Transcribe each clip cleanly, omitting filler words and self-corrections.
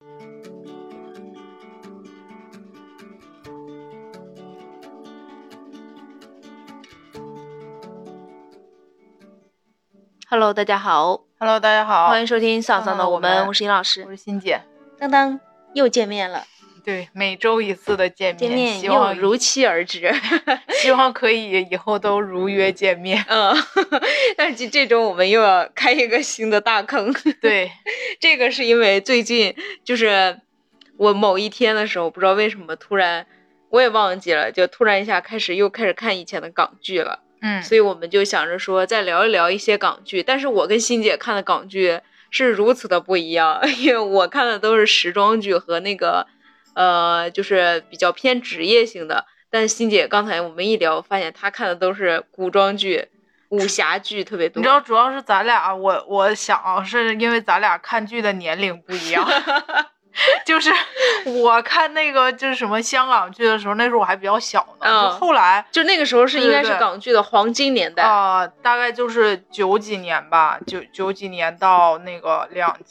Hello， 大家好。 Hello， 大家好， 欢迎收听丧丧的我们，我是尹老师， 我是欣姐。 当当又见面了， 对，每周一次的见面， 希望如期而至， 希望可以以后都如约见面。 但是这周我们又要开一个新的大坑。 对， 这个是因为最近就是我某一天的时候，不知道为什么突然我也忘记了，就突然一下开始看以前的港剧了。所以我们就想着说再聊一聊一些港剧，但是我跟欣姐看的港剧是如此的不一样，因为我看的都是时装剧和那个就是比较偏职业性的，但是欣姐刚才我们一聊发现她看的都是古装剧、武侠剧特别多。 你知道主要是咱俩，我想是因为咱俩看剧的年龄不一样。就是我看那个就是什么香港剧的时候，那时候我还比较小呢，就后来就那个时候是应该是港剧的黄金年代大概就是90几年吧，九几年到那个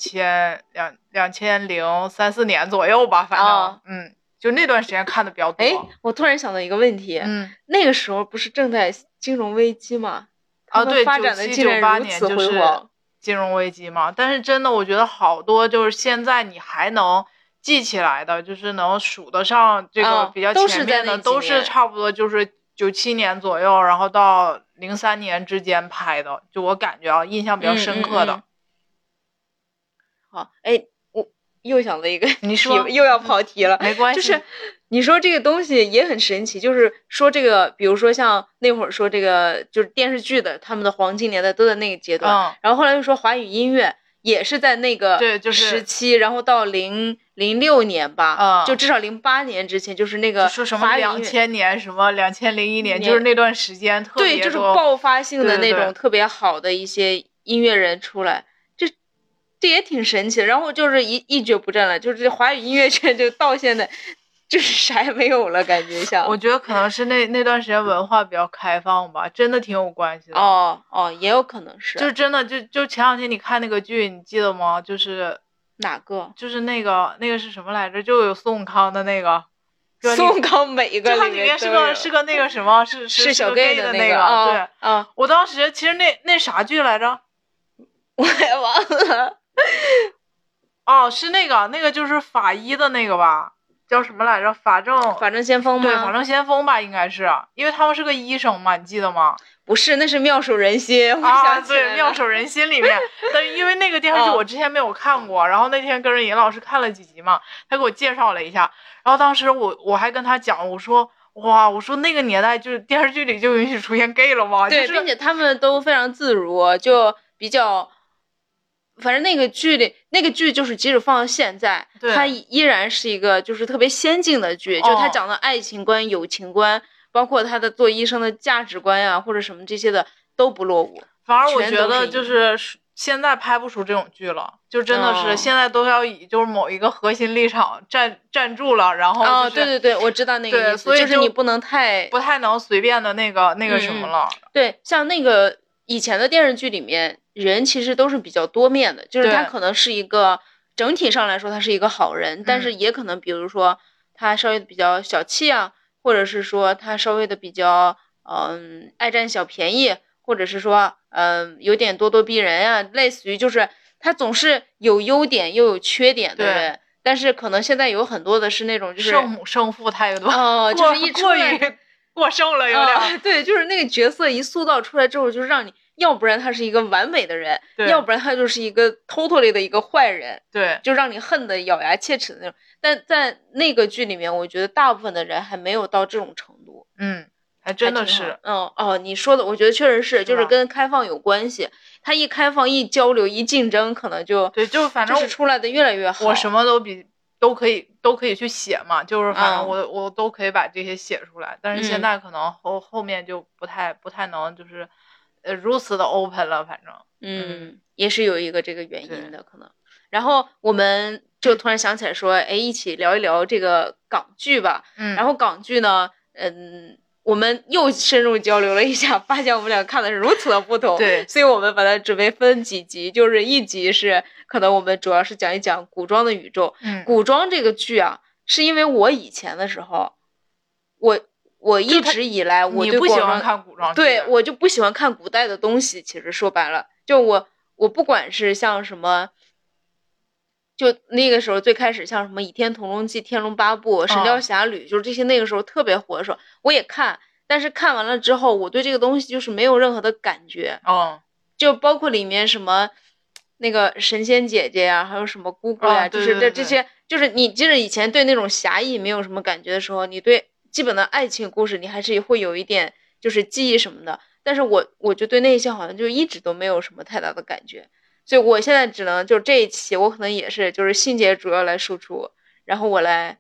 2003-4年左右吧，反正就那段时间看的比较多。 我突然想到一个问题，那个时候不是正在金融危机吗？ 对， 发展的竟然如此辉煌。 金融危机嘛，但是真的我觉得好多就是现在你还能记起来的，就是能数得上这个比较前面的，都是差不多就是97年左右，然后到03年之间拍的，就我感觉印象比较深刻的。 好，我又想了一个， 你说又要跑题了， 没关系。 就是你说这个东西也很神奇，就是说这个，比如说像那会儿说这个就是电视剧的，他们的黄金年代都在那个阶段，然后后来又说华语音乐也是在那个时期，然后到06年吧，就至少08年之前，就是那个说什么2000年什么2001年，就是那段时间特别多， 对，就是爆发性的那种特别好的一些音乐人出来，这也挺神奇的。然后就是一蹶不振了，就是华语音乐圈就到现在。就是啥也没有了，感觉像。 我觉得可能是那段时间文化比较开放吧，真的挺有关系的。 也有可能是。 就真的就前两天你看那个剧，你记得吗？就是哪个？ 就是那个是什么来着？就有宋康的那个。 宋康每一个里面是个那个什么？是小 gay 的那个。对。我当时其实那啥剧来着？ 我也忘了。是那个就是法医的那个吧？叫什么来着？法证先锋吗？ 对，法证先锋吧，应该是，因为他们是个医生嘛，你记得吗？ 不是，那是妙手仁心。 对，妙手仁心里面，但是因为那个电视剧我之前没有看过，然后那天跟着尹老师看了几集嘛，他给我介绍了一下，然后当时我还跟他讲，我说那个年代就是电视剧里就允许出现 gay 了吗？ 对，并且他们都非常自如，就比较。反正那个剧就是即使放到现在，它依然是一个就是特别先进的剧，就它讲的爱情观、友情观，包括他的做医生的价值观呀，或者什么这些的都不落伍。 反而我觉得就是现在拍不出这种剧了，就真的是现在都要以就是某一个核心立场站住了，然后对，我知道那个意思， 所以就是你不太能随便的那个什么了。 对，像那个以前的电视剧里面。人其实都是比较多面的，就是他可能是一个整体上来说他是一个好人，但是也可能比如说他稍微比较小气啊，或者是说他稍微的比较爱占小便宜，或者是说有点咄咄逼人啊，类似于就是他总是有优点又有缺点，对不对？但是可能现在有很多的是那种就是圣母胜负太多就是一过于过剩了有点对，就是那个角色一塑造出来之后，就是让你。要不然他是一个完美的人，要不然他就是一个 totally 的一个坏人， 对， 就让你恨得咬牙切齿的那种。但在那个剧里面，我觉得大部分的人还没有到这种程度。 还真的是。 你说的，我觉得确实是，就是跟开放有关系。他一开放、一交流、一竞争，可能就对，就反正就是出来的越来越好。 我什么都可以去写嘛，就是反正我都可以把这些写出来。但是现在可能后面就不太能就是。如此的 open 了，反正也是有一个这个原因的可能。然后我们就突然想起来说，一起聊一聊这个港剧吧。然后港剧呢， 我们又深入交流了一下，发现我们俩看的是如此的不同。 对， 所以我们把它准备分几集，就是一集是可能我们主要是讲一讲古装的宇宙。古装这个剧啊，是因为我以前的时候，我一直以来我对你不喜欢看古装剧， 对，我就不喜欢看古代的东西。其实说白了，就我不管是像什么。就那个时候最开始像什么《倚天屠龙记》《天龙八部》《神雕侠侣》就是这些那个时候特别火的时候，我也看，但是看完了之后，我对这个东西就是没有任何的感觉。就包括里面什么那个神仙姐姐呀，还有什么姑姑呀，就是这些，就是你即使以前对那种侠义没有什么感觉的时候，你对基本的爱情故事你还是会有一点就是记忆什么的。但是我就对那些好像就一直都没有什么太大的感觉。所以我现在只能就这一期我可能也是就是欣姐主要来输出，然后我来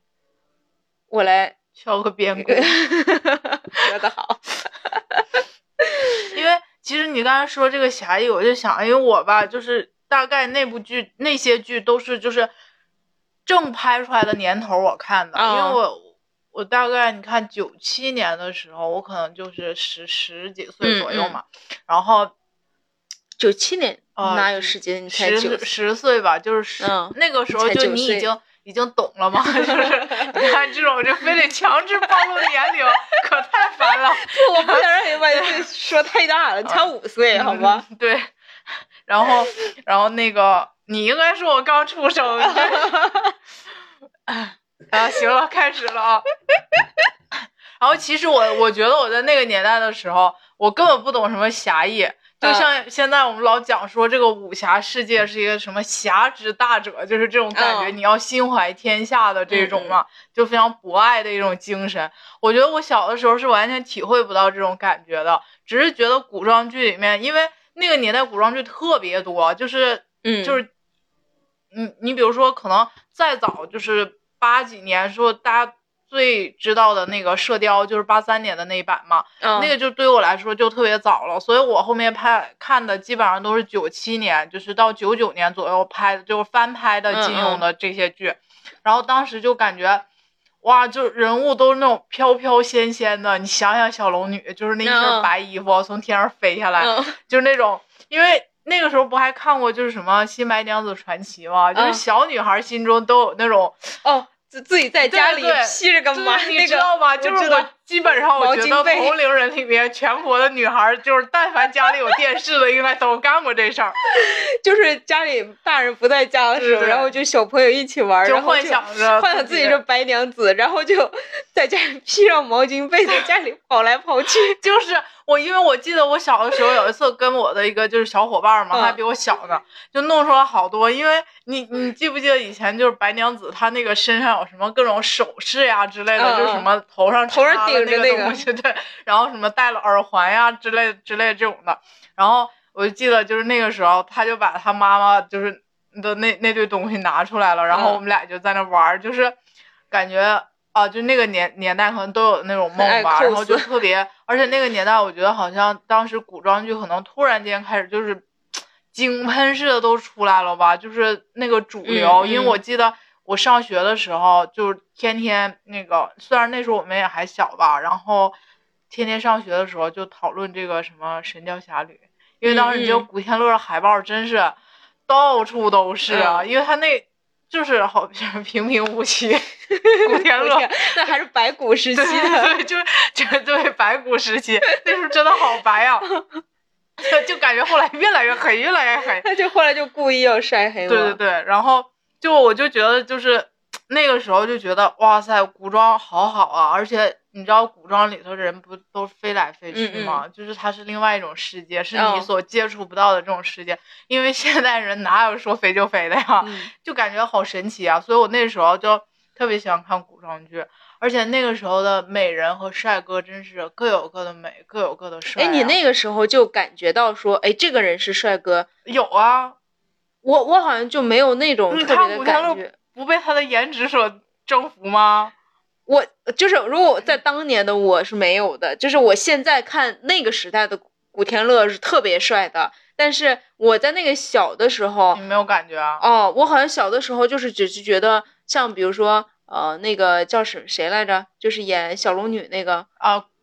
敲个边鼓说得好因为其实你刚才说这个侠义，我就想因为我吧就是大概那些剧都是就是正拍出来的年头我看的，因为我大概你看97年的时候我可能就是十几岁左右嘛，然后 97年哪有时间？你才 10岁吧，就是那个时候就你已经懂了嘛，就是你看这种就非得强制暴露年龄，可太烦了。 我不想让你把你说太大了，才5岁，好吧？ 对，然后那个你应该说我刚出生。行了，开始了啊。然后其实我觉得我在那个年代的时候，我根本不懂什么侠义。就像现在我们老讲说这个武侠世界是一个什么侠之大者，就是这种感觉，你要心怀天下的这种嘛，就非常博爱的一种精神。我觉得我小的时候是完全体会不到这种感觉的，只是觉得古装剧里面，因为那个年代古装剧特别多，就是你比如说可能再早就是80几年说大家最知道的那个射雕就是83年的那一版嘛，那个就对我来说就特别早了，所以我后面看的基本上都是97年，就是到99年左右拍的，就是翻拍的金庸的这些剧，然后当时就感觉哇，就人物都是那种飘飘仙仙的，你想想小龙女就是那一身白衣服从天上飞下来，就是那种，因为那个时候不还看过就是什么新白娘子传奇吗？就是小女孩心中都有那种自己在家里披着个麻， 你知道吗？就是我基本上我觉得同龄人里面全国的女孩，就是但凡家里有电视的，应该都干过这事儿。 就是家里大人不在家的时候，然后就小朋友一起玩， 就然后幻想自己是白娘子，然后就在家里披上毛巾被，在家里跑来跑去。 就是因为我记得我小的时候有一次跟我的一个就是小伙伴嘛，还比我小呢，就弄出了好多。因为你记不记得以前就是白娘子她那个身上有什么各种首饰呀之类的，就是什么头上顶着那个东西，对，然后什么戴了耳环呀之类这种的。然后我就记得就是那个时候，他就把他妈妈就是的那堆东西拿出来了，然后我们俩就在那玩，就是感觉。就那个年代可能都有那种梦吧，然后就特别，而且那个年代我觉得好像当时古装剧可能突然间开始就是井喷式的都出来了吧，就是那个主流。因为我记得我上学的时候就是天天那个，虽然那时候我们也还小吧，然后天天上学的时候就讨论这个什么神雕侠侣，因为当时你知道古天乐的海报真是到处都是啊，因为他那就是好像平平无奇，古天乐那还是白骨时期的， 对，就是白骨时期，那时候真的好白啊，就感觉后来越来越黑，越来越黑， 他就后来就故意要晒黑我。对，然后我就觉得就是那个时候就觉得哇塞，古装好好啊，而且你知道古装里头的人不都飞来飞去吗？就是它是另外一种世界，是你所接触不到的这种世界。因为现代人哪有说飞就飞的呀，就感觉好神奇啊！所以我那时候就特别喜欢看古装剧，而且那个时候的美人和帅哥真是各有各的美，各有各的帅。 你那个时候就感觉到说，这个人是帅哥？ 有啊， 我好像就没有那种特别的感觉。 不被他的颜值所征服吗？ 我就是如果在当年的我是没有的，就是我现在看那个时代的古天乐是特别帅的，但是我在那个小的时候， 你没有感觉啊？ 我好像小的时候就是只是觉得像比如说那个叫谁来着，就是演小龙女那个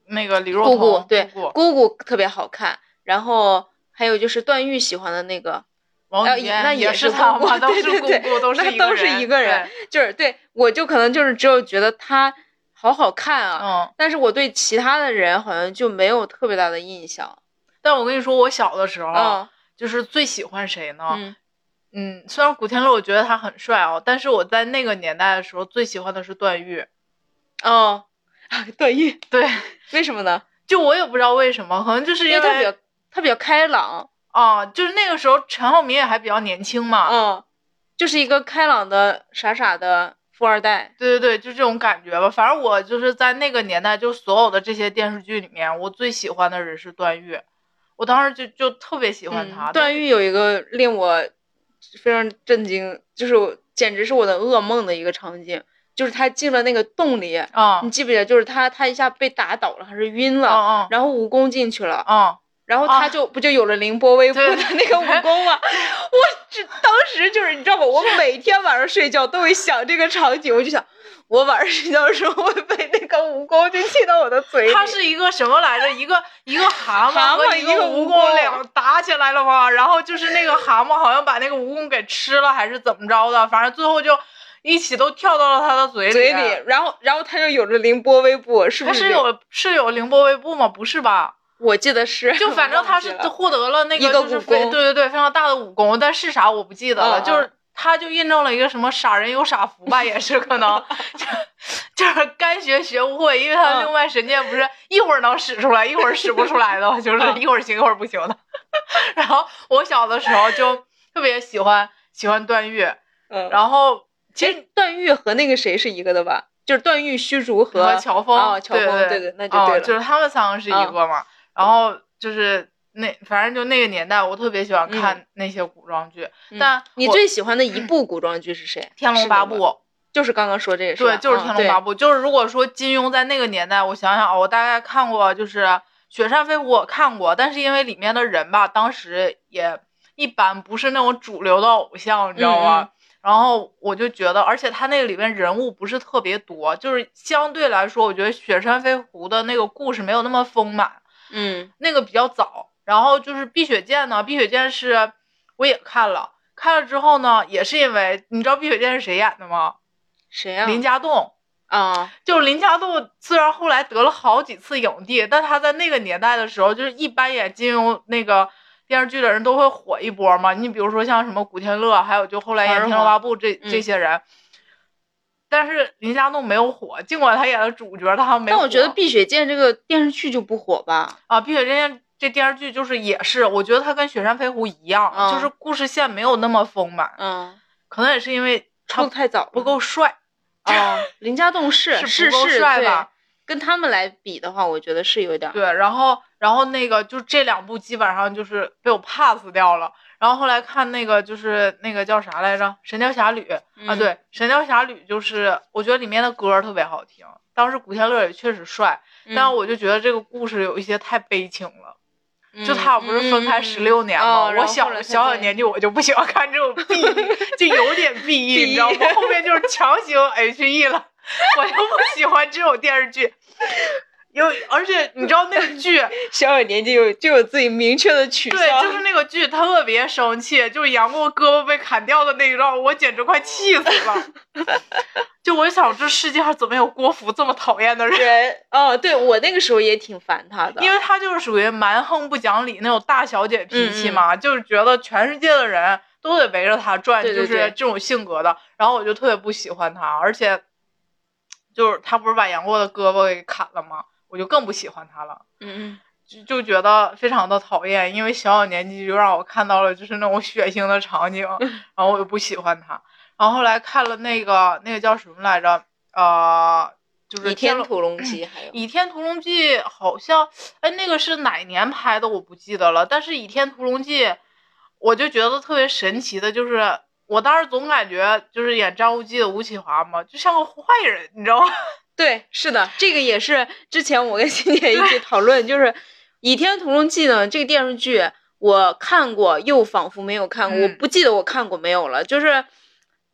那个李若彤， 姑姑， 对，姑姑特别好看。然后还有就是段誉喜欢的那个王语嫣， 那也是他嘛， 都是姑姑， 都是一个人。就是对我就可能就是只有觉得他好看啊，但是我对其他的人好像就没有特别大的印象。 但我跟你说，我小的时候就是最喜欢谁呢？虽然古天乐我觉得他很帅哦，但是我在那个年代的时候最喜欢的是段誉。 哦，段誉， 对， 为什么呢？ 就我也不知道为什么，可能就是因为他比较开朗啊，就是那个时候陈浩民也还比较年轻嘛， 就是一个开朗的傻傻的富二代。 对，就这种感觉吧。反正我就是在那个年代，就所有的这些电视剧里面，我最喜欢的人是段誉。我当时就特别喜欢他。 段誉有一个令我非常震惊，就是简直是我的噩梦的一个场景，就是他进了那个洞里你记不记得？就是他一下被打倒了，还是晕了，然后蜈蚣进去了，然后他不就有了凌波微步的那个蜈蚣吗？当时就是你知道吗？我每天晚上睡觉都会想这个场景，我就想我晚上睡觉的时候会被那个蜈蚣就进到我的嘴里。 它是一个什么来着？一个蛤蟆和一个蜈蚣俩打起来了吗？然后就是那个蛤蟆好像把那个蜈蚣给吃了，还是怎么着的？反正最后就一起都跳到了他的嘴里。 然后他就有着凌波微步，是不是？他是有凌波微步吗？不是吧？ 我记得是， 就反正他是获得了那个就是对，非常大的武功，但是啥我不记得了。就是他就印证了一个什么傻人有傻福吧，也是可能就是干学学不会，因为他六脉神剑不是一会儿能使出来，一会儿使不出来的，就是一会儿行一会儿不行的。然后我小的时候就特别喜欢段誉，然后其实段誉和那个谁是一个的吧？就是段誉、虚竹和乔峰， 对，那就对了， 就是他们三个是一个嘛。然后就是反正就那个年代，我特别喜欢看那些古装剧。但你最喜欢的一部古装剧是谁？ 天龙八部， 就是刚刚说这个是吧？ 对，就是天龙八部。就是如果说金庸在那个年代，我想想我大概看过，就是《雪山飞狐》我看过，但是因为里面的人吧，当时也一般，不是那种主流的偶像，你知道吗？然后我就觉得，而且他那个里面人物不是特别多，就是相对来说，我觉得《雪山飞狐》的那个故事没有那么丰满。那个比较早。然后就是碧血剑呢，碧血剑是我也看了之后呢，也是因为你知道碧血剑是谁演的吗？ 谁啊？ 林家栋啊。 就是林家栋虽然后来得了好几次影帝，但他在那个年代的时候，就是一般演金庸那个电视剧的人都会火一波嘛。你比如说像什么古天乐，还有就后来演天龙八部这些人。但是林家栋没有火，尽管他演的主角，他没火。 但我觉得《碧血剑》这个电视剧就不火吧？ 啊，《碧血剑》这电视剧就是也是，我觉得它跟《雪山飞狐》一样，就是故事线没有那么丰满。可能也是因为他太早不够帅。 林家栋是不够帅吧？ 跟他们来比的话，我觉得是有点。 对，然后那个就这两部基本上就是被我 pass 掉了。然后后来看那个就是那个叫啥来着，《神雕侠侣》啊，对，《神雕侠侣》就是我觉得里面的歌特别好听，当时古天乐也确实帅，但我就觉得这个故事有一些太悲情了。就他不是分开16年吗？我小年纪我就不喜欢看这种 B， 就有点 BE， 你知道吗？后面就是强行 HE 了，我就不喜欢这种电视剧。而且你知道那个剧小年纪就有自己明确的取向。 对，就是那个剧特别生气，就是杨过胳膊被砍掉的那一段，我简直快气死了。就我想这世界上怎么有郭芙这么讨厌的人？ 对，我那个时候也挺烦他的， 因为他就是属于蛮横不讲理那种大小姐脾气嘛，就是觉得全世界的人都得围着他转，就是这种性格的。然后我就特别不喜欢他，而且就是他不是把杨过的胳膊给砍了吗？我就更不喜欢他了。就觉得非常的讨厌，因为小年纪就让我看到了就是那种血腥的场景，然后我就不喜欢他。然后后来看了那个叫什么来着？就是倚天屠龙记，还有倚天屠龙记好像那个是哪年拍的我不记得了。但是倚天屠龙记我就觉得特别神奇的就是我当时总感觉就是演张无忌的吴启华嘛，就像个坏人，你知道吗？ 对，是的，这个也是之前我跟欣姐一起讨论，就是《倚天屠龙记》呢，这个电视剧我看过，又仿佛没有看过，我不记得我看过没有了。就是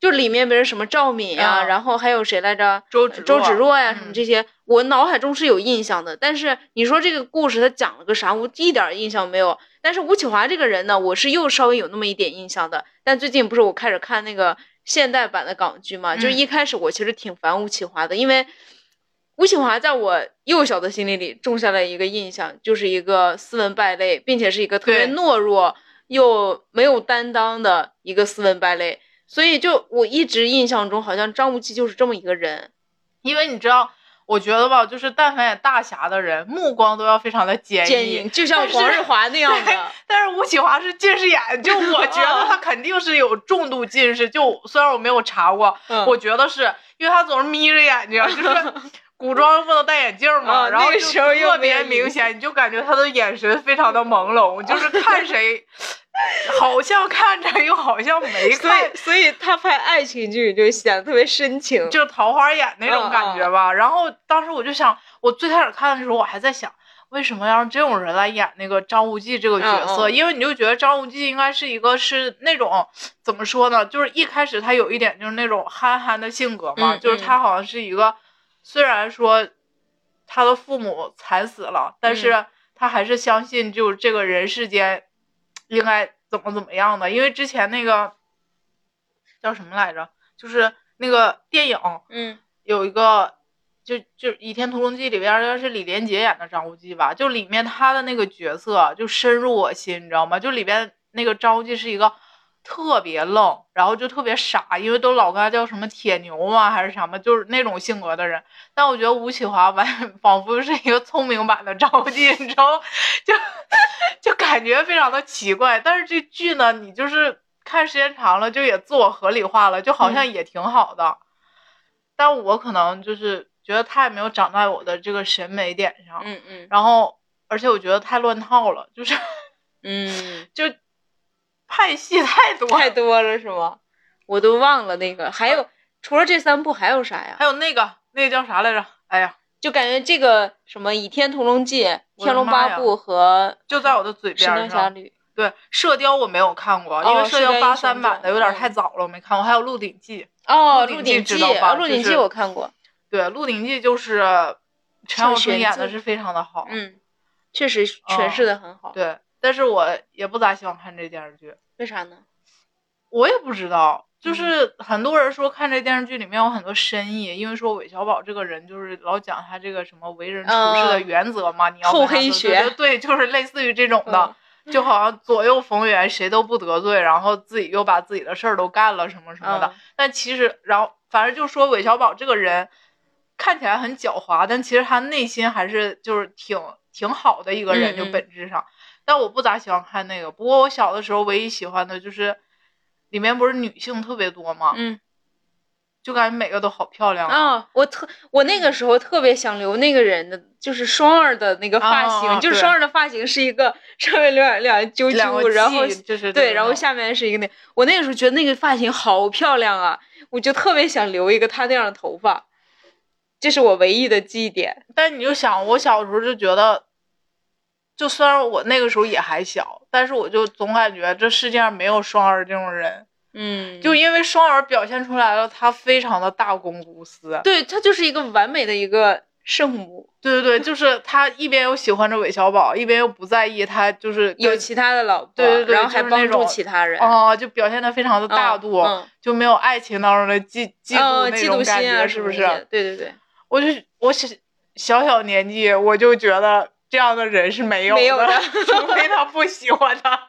就里面比如什么赵敏呀，然后还有谁来着？ 周芷若呀，什么这些，我脑海中是有印象的。但是你说这个故事它讲了个啥，我一点印象没有。但是吴启华这个人呢，我是又稍微有那么一点印象的。但最近不是我开始看那个现代版的港剧嘛，就是一开始我其实挺烦吴启华的，因为吴启华在我幼小的心里种下了一个印象，就是一个斯文败类，并且是一个特别懦弱又没有担当的一个斯文败类。所以就我一直印象中好像张无忌就是这么一个人。 因为你知道我觉得吧，就是但凡演大侠的人目光都要非常的坚毅， 就像黄日华那样的。 但是吴启华是近视眼，就我觉得他肯定是有重度近视，就虽然我没有查过，我觉得是因为他总是眯着眼睛，就是古装不能戴眼镜嘛，然后就特别明显，你就感觉他的眼神非常的朦胧，就是看谁好像看着又好像没看， 所以他拍爱情剧就显得特别深情， 就是桃花眼那种感觉吧。然后当时我就想，我最开始看的时候我还在想，为什么要让这种人来演那个张无忌这个角色？因为你就觉得张无忌应该是一个是那种怎么说呢，就是一开始他有一点就是那种憨憨的性格嘛，就是他好像是一个虽然说他的父母惨死了，但是他还是相信就是这个人世间应该怎么样的。因为之前那个叫什么来着，就是那个电影有一个就《倚天屠龙记》里边是李连杰演的张无忌吧，就里面他的那个角色就深入我心，你知道吗？就里边那个张无忌是一个特别愣，然后就特别傻，因为都老跟他叫什么铁牛嘛还是什么，就是那种性格的人。但我觉得吴启华仿佛是一个聪明版的张无忌，你知道，就感觉非常的奇怪。但是这剧呢，你就是看时间长了，就也自我合理化了，就好像也挺好的。但我可能就是觉得他也没有长在我的这个审美点上，然后而且我觉得太乱套了，就是就派系太多了是吗？我都忘了那个。还有除了这3部还有啥呀？ 还有那个叫啥来着？哎呀， 就感觉这个什么《倚天屠龙记》《天龙八部》和就在我的嘴边上。 神雕侠侣。 对，射雕我没有看过，因为射雕83版的有点太早了，我没看过。还有鹿鼎记。 鹿鼎记鹿鼎记我看过。 对，鹿鼎记就是陈小春演的是非常的好， 确实诠释的很好。 对，但是我也不咋喜欢看这电视剧。 为啥呢？ 我也不知道，就是很多人说看这电视剧里面有很多深意，因为说韦小宝这个人就是老讲他这个什么为人处事的原则嘛，你要厚黑学， 对，就是类似于这种的，就好像左右逢源，谁都不得罪，然后自己又把自己的事儿都干了什么什么的。但其实，然后反正就说韦小宝这个人看起来很狡猾，但其实他内心还是就是挺好的一个人，就本质上。但我不咋喜欢看那个，不过我小的时候唯一喜欢的就是里面不是女性特别多吗？就感觉每个都好漂亮啊！ 我那个时候特别想留那个人的，就是双儿的那个发型，就是双儿的发型是一个上面两揪揪，然后就是对，然后下面是一个我那个时候觉得那个发型好漂亮啊，我就特别想留一个他那样的头发，这是我唯一的记忆点。 但你就想，我小时候就觉得。就虽然我那个时候也还小，但是我就总感觉这世界上没有双儿这种人。就因为双儿表现出来了，他非常的大公无私。 对，他就是一个完美的一个圣母。 对，就是他一边又喜欢着韦小宝，一边又不在意他就是有其他的老婆， 对， 然后还帮助其他人。 就表现得非常的大度，就没有爱情当中的嫉妒那种感觉，是不是？ 对。 我小年纪我就觉得。这样的人是没有的，除非他不喜欢他。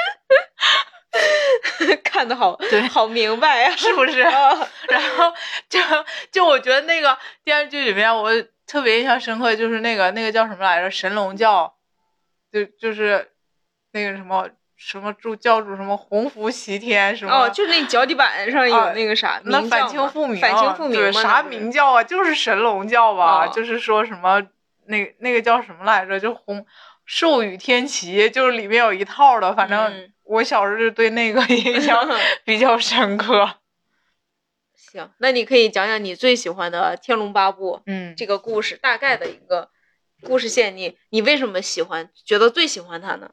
看得好，对，好明白呀， 是不是？然后就我觉得那个电视剧里面，我特别印象深刻，就是那个叫什么来着？神龙教，就是那个什么教主什么洪福齐天什么？ 就那脚底板上有那个啥， 那反清复明， 对， 啥明教啊？就是神龙教吧，就是说什么。那个叫什么来着？就授予天齐，就是里面有一套的。反正我小时候就对那个印象比较深刻。 行，那你可以讲讲你最喜欢的《天龙八部》这个故事大概的一个故事线，你为什么喜欢？觉得最喜欢它呢？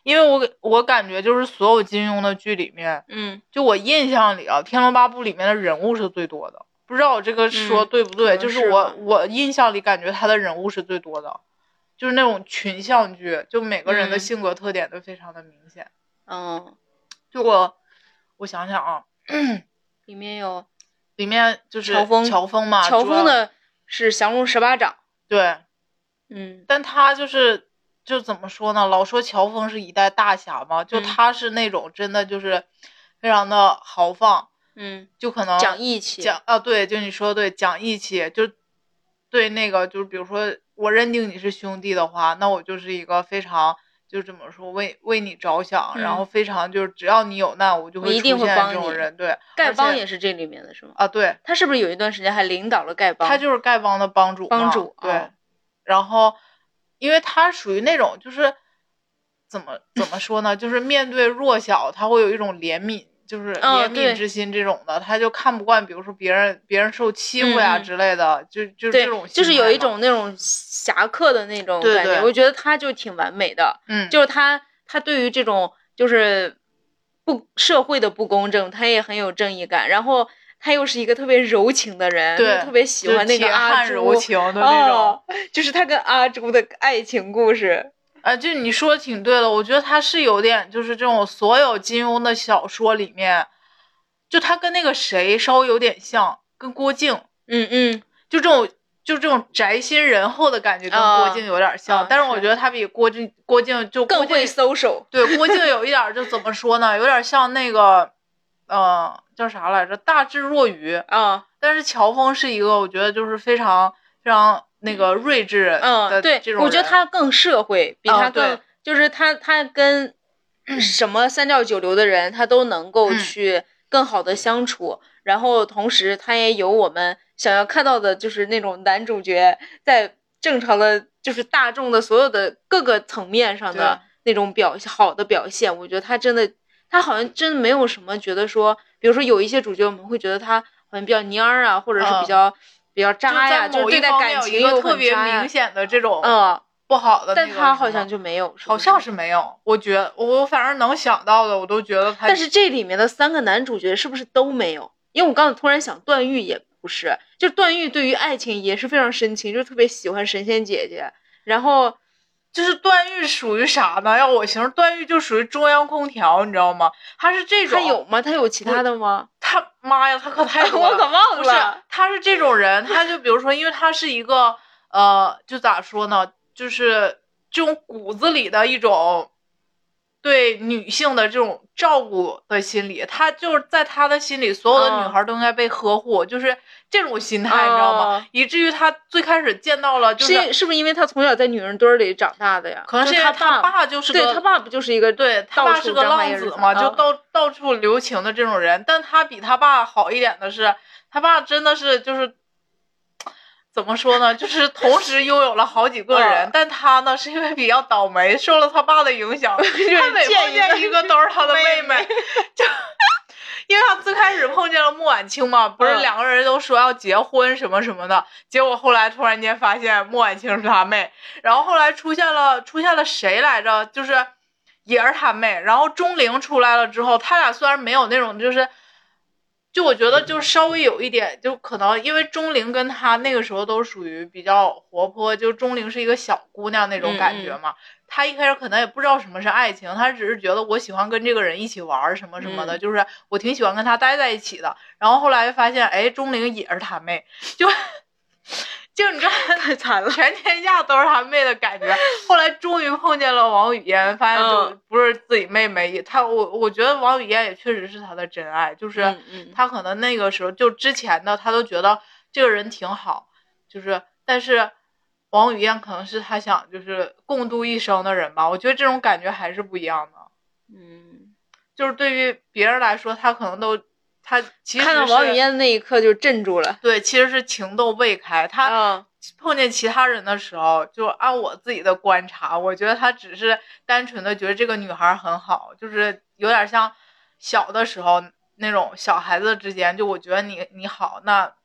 因为我感觉就是所有金庸的剧里面，就我印象里啊，《天龙八部》里面的人物是最多的，不知道我这个说对不对？就是我印象里感觉他的人物是最多的，就是那种群像剧，就每个人的性格特点都非常的明显。就我想想啊， 里面就是乔峰嘛， 乔峰的是降龙18掌， 对，但他就怎么说呢？老说乔峰是一代大侠嘛，就他是那种真的就是非常的豪放，就可能讲义气， 对，就你说的对，讲义气，就对那个就是比如说我认定你是兄弟的话，那我就是一个非常就这么说为你着想，然后非常就是只要你有难，我就会出现这种人。对， 丐帮也是这里面的是吗？ 对， 他是不是有一段时间还领导了丐帮？ 他就是丐帮的帮主。对，然后因为他属于那种就是怎么说呢，就是面对弱小他会有一种怜悯，就是怜悯之心这种的，他就看不惯比如说别人受欺负呀之类的，就这种就是有一种那种侠客的那种感觉。 对， 我觉得他就挺完美的，就是他对于这种就是社会的不公正他也很有正义感，然后他又是一个特别柔情的人， 对， 特别喜欢那个阿朱， 柔情的那种， 就是他跟阿朱的爱情故事。 就你说的挺对的，我觉得他是有点就是这种所有金庸的小说里面，就他跟那个谁稍微有点像，跟郭靖，就这种宅心仁厚的感觉跟郭靖有点像，但是我觉得他比郭靖就更会搜手。 对，郭靖有一点就怎么说呢，有点像那个叫啥来着，大智若愚但是乔峰是一个我觉得就是非常非常那个睿智的这种人。 我觉得他更社会，比他更就是他跟什么三教九流的人他都能够去更好的相处，然后同时他也有我们想要看到的就是那种男主角在正常的就是大众的所有的各个层面上的那种好的表现。我觉得他好像真的没有什么觉得说，比如说有一些主角我们会觉得他好像比较蔫儿啊，或者是比较渣呀， 就对待感情有一个特别明显的这种不好的但他好像就没有， 好像是没有。我觉得我反正能想到的我都觉得他， 但是这里面的3个男主角是不是都没有？因为我刚才突然想段誉也不是，就段誉对于爱情也是非常深情，就特别喜欢神仙姐姐，然后就是段誉属于啥呢？要我形容，段誉就属于中央空调，你知道吗？他是这种， 他有吗？他有其他的吗？ 他妈呀，他可太多了， 我可忘了。 不是，他是这种人，他就比如说，因为他是一个就咋说呢，就是这种骨子里的一种对女性的这种照顾的心理，他就是在他的心里，所有的女孩都应该被呵护，就是这种心态，你知道吗？以至于他最开始见到了， 是不是因为他从小在女人堆里长大的呀？ 可能是他爸就是对他爸不就是一个他爸是个浪子嘛，就到处留情的这种人。但他比他爸好一点的是，他爸真的是就是怎么说呢，就是同时拥有了好几个人，但他呢是因为比较倒霉，受了他爸的影响，他每碰见一个都是他的妹妹，就因为他最开始碰见了穆婉清嘛，不是2个人都说要结婚什么什么的，结果后来突然间发现穆婉清是他妹，然后后来出现了谁来着，就是也是他妹，然后钟灵出来了之后，他俩虽然没有那种就我觉得就稍微有一点，就可能因为钟灵跟他那个时候都属于比较活泼，就钟灵是一个小姑娘那种感觉嘛，他一开始可能也不知道什么是爱情，他只是觉得我喜欢跟这个人一起玩什么什么的，就是我挺喜欢跟他待在一起的，然后后来发现哎，钟灵也是他妹，就你知道太惨了， 全天下都是他妹的感觉。后来终于碰见了王语嫣，发现就不是自己妹妹。我觉得王语嫣也确实是他的真爱，就是他可能那个时候就之前的他都觉得这个人挺好，就是但是王语嫣可能是他想就是共度一生的人吧。我觉得这种感觉还是不一样的。就是对于别人来说，他可能都。他其实看到王语嫣的那一刻就镇住了， 对，其实是情窦未开。他碰见其他人的时候，就按我自己的观察，我觉得他只是单纯的觉得这个女孩很好，就是有点像小的时候那种小孩子之间，就我觉得你好，那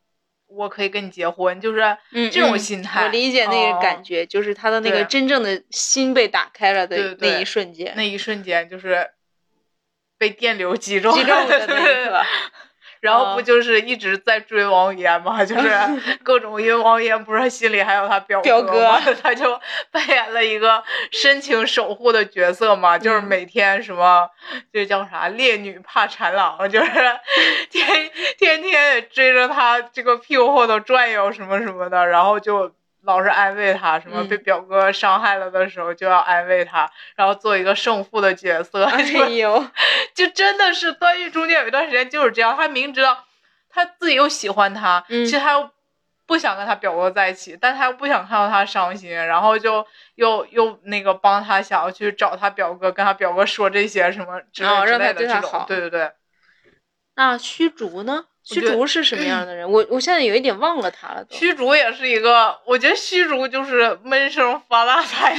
我可以跟你结婚，就是这种心态。 我理解那个感觉，就是他的那个真正的心被打开了的那一瞬间， 那一瞬间就是被电流击中的那一刻。 然后不就是一直在追王语嫣吗？就是各种，因为王语嫣不是心里还有他表哥吗？他就扮演了一个深情守护的角色嘛，就是每天什么，这叫啥烈女怕缠郎，就是天天追着他这个屁股后头转悠什么什么的，然后就老是安慰他，什么被表哥伤害了的时候就要安慰他，然后做一个胜负的角色。 哎呦， 就真的是段誉中间有一段时间就是这样，他明知道他自己又喜欢他，其实他又不想跟他表哥在一起，但他又不想看到他伤心，然后就又那个帮他想要去找他表哥，跟他表哥说这些什么之类的这种，对对对。 那虚竹呢？虚竹是什么样的人？我现在有一点忘了他了都。 虚竹也是一个，我觉得虚竹就是闷声发大财，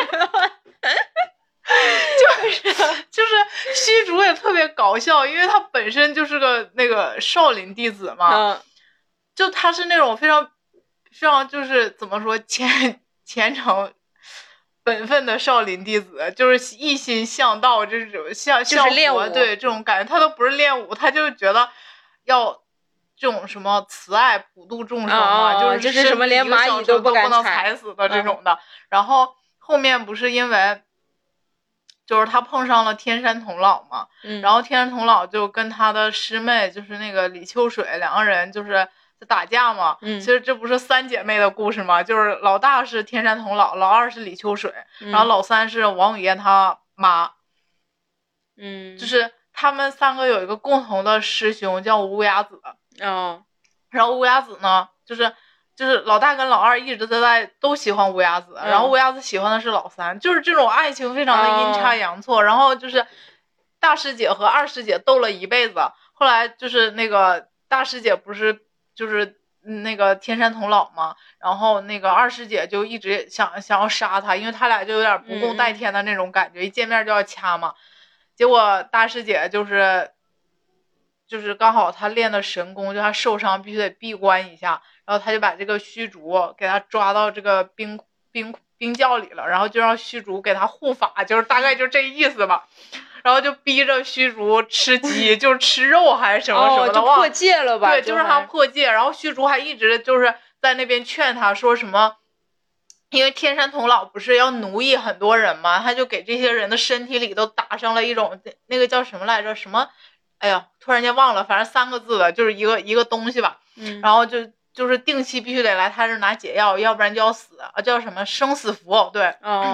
就是虚竹也特别搞笑，因为他本身就是个那个少林弟子嘛，就他是那种非常就是怎么说虔诚本分的少林弟子，就是一心向道，这种像佛，对这种感觉，他都不是练武，他就觉得要这种什么慈爱普度众生嘛， 就是什么连蚂蚁都不能踩死的这种的。然后后面不是因为就是他碰上了天山童姥嘛，然后天山童姥就跟他的师妹就是那个李秋水两个人就是在打架嘛，其实这不是三姐妹的故事嘛，就是老大是天山童姥，老二是李秋水，然后老三是王语嫣他妈，就是他们三个有一个共同的师兄叫乌鸦子，然后乌鸦子呢就是老大跟老二一直都喜欢乌鸦子，然后乌鸦子喜欢的是老三，就是这种爱情非常的阴差阳错，然后就是大师姐和二师姐斗了一辈子，后来就是那个大师姐不是就是那个天山童姥嘛，然后那个二师姐就一直想要杀他，因为他俩就有点不共戴天的那种感觉，一见面就要掐嘛，结果大师姐就是刚好他练的神功，就他受伤必须得闭关一下，然后他就把这个虚竹给他抓到这个冰窖里了，然后就让虚竹给他护法，就是大概就这意思吧。然后就逼着虚竹吃鸡，就是吃肉还是什么什么的， 就破戒了吧？ 对，就是他破戒。然后虚竹还一直就是在那边劝他说什么，因为天山童姥不是要奴役很多人嘛，他就给这些人的身体里都打上了一种那个叫什么来着？什么？哎呀，突然间忘了，反正3个字的，就是一个东西吧。然后就是定期必须得来他这拿解药，要不然就要死啊，叫什么生死符？对。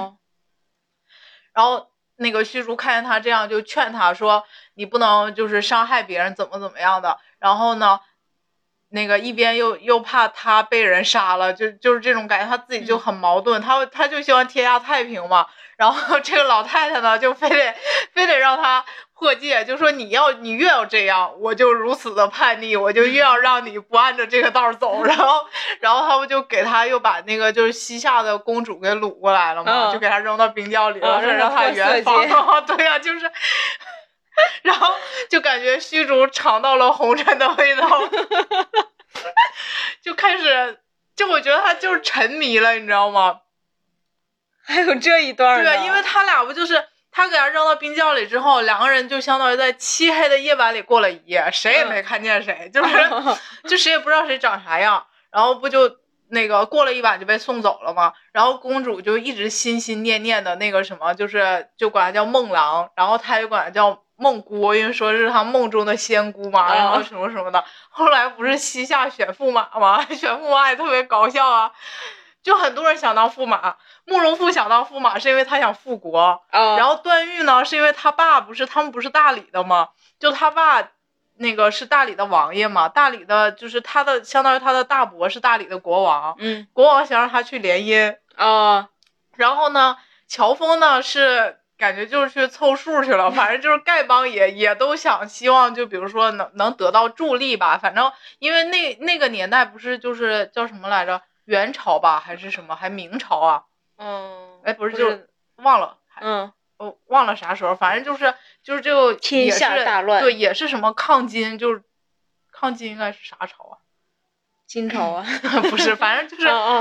然后那个虚竹看见他这样，就劝他说：“你不能就是伤害别人，怎么样的。”然后呢，那个一边又怕他被人杀了，就是这种感觉，他自己就很矛盾。他就希望天下太平嘛。然后这个老太太呢，就非得让他破戒，就说你越要这样，我就如此的叛逆，我就越要让你不按着这个道走。然后他们就给他又把那个就是西夏的公主给掳过来了嘛，就给他扔到冰窖里了，让他圆房。对呀，就是，然后就感觉虚竹尝到了红尘的味道，就开始，就我觉得他就是沉迷了，你知道吗？ 还有这一段呢？ 对，因为他俩不就是他给他扔到冰窖里之后，两个人就相当于在漆黑的夜晚里过了一夜，谁也没看见谁，就谁也不知道谁长啥样，然后不就那个过了一晚就被送走了嘛。然后公主就一直心心念念的那个什么，就管他叫孟郎，然后他就管他叫孟姑，因为说是他梦中的仙姑嘛，然后什么什么的。后来不是西夏选驸马嘛，选驸马也特别搞笑啊。就很多人想当驸马，慕容复想当驸马是因为他想复国，然后段誉呢是因为他爸他们不是大理的吗？就他爸那个是大理的王爷嘛，大理的就是他的相当于他的大伯是大理的国王，国王想让他去联姻然后呢，乔峰呢是感觉就是去凑数去了，反正就是丐帮也都希望就比如说能得到助力吧，反正因为那个年代不是就是叫什么来着？元朝吧还是什么还明朝啊？不是就忘了，我忘了啥时候，反正就是这个天下大乱， 对，也是什么抗金，就是抗金应该是啥朝啊？ 清朝啊， 不是，反正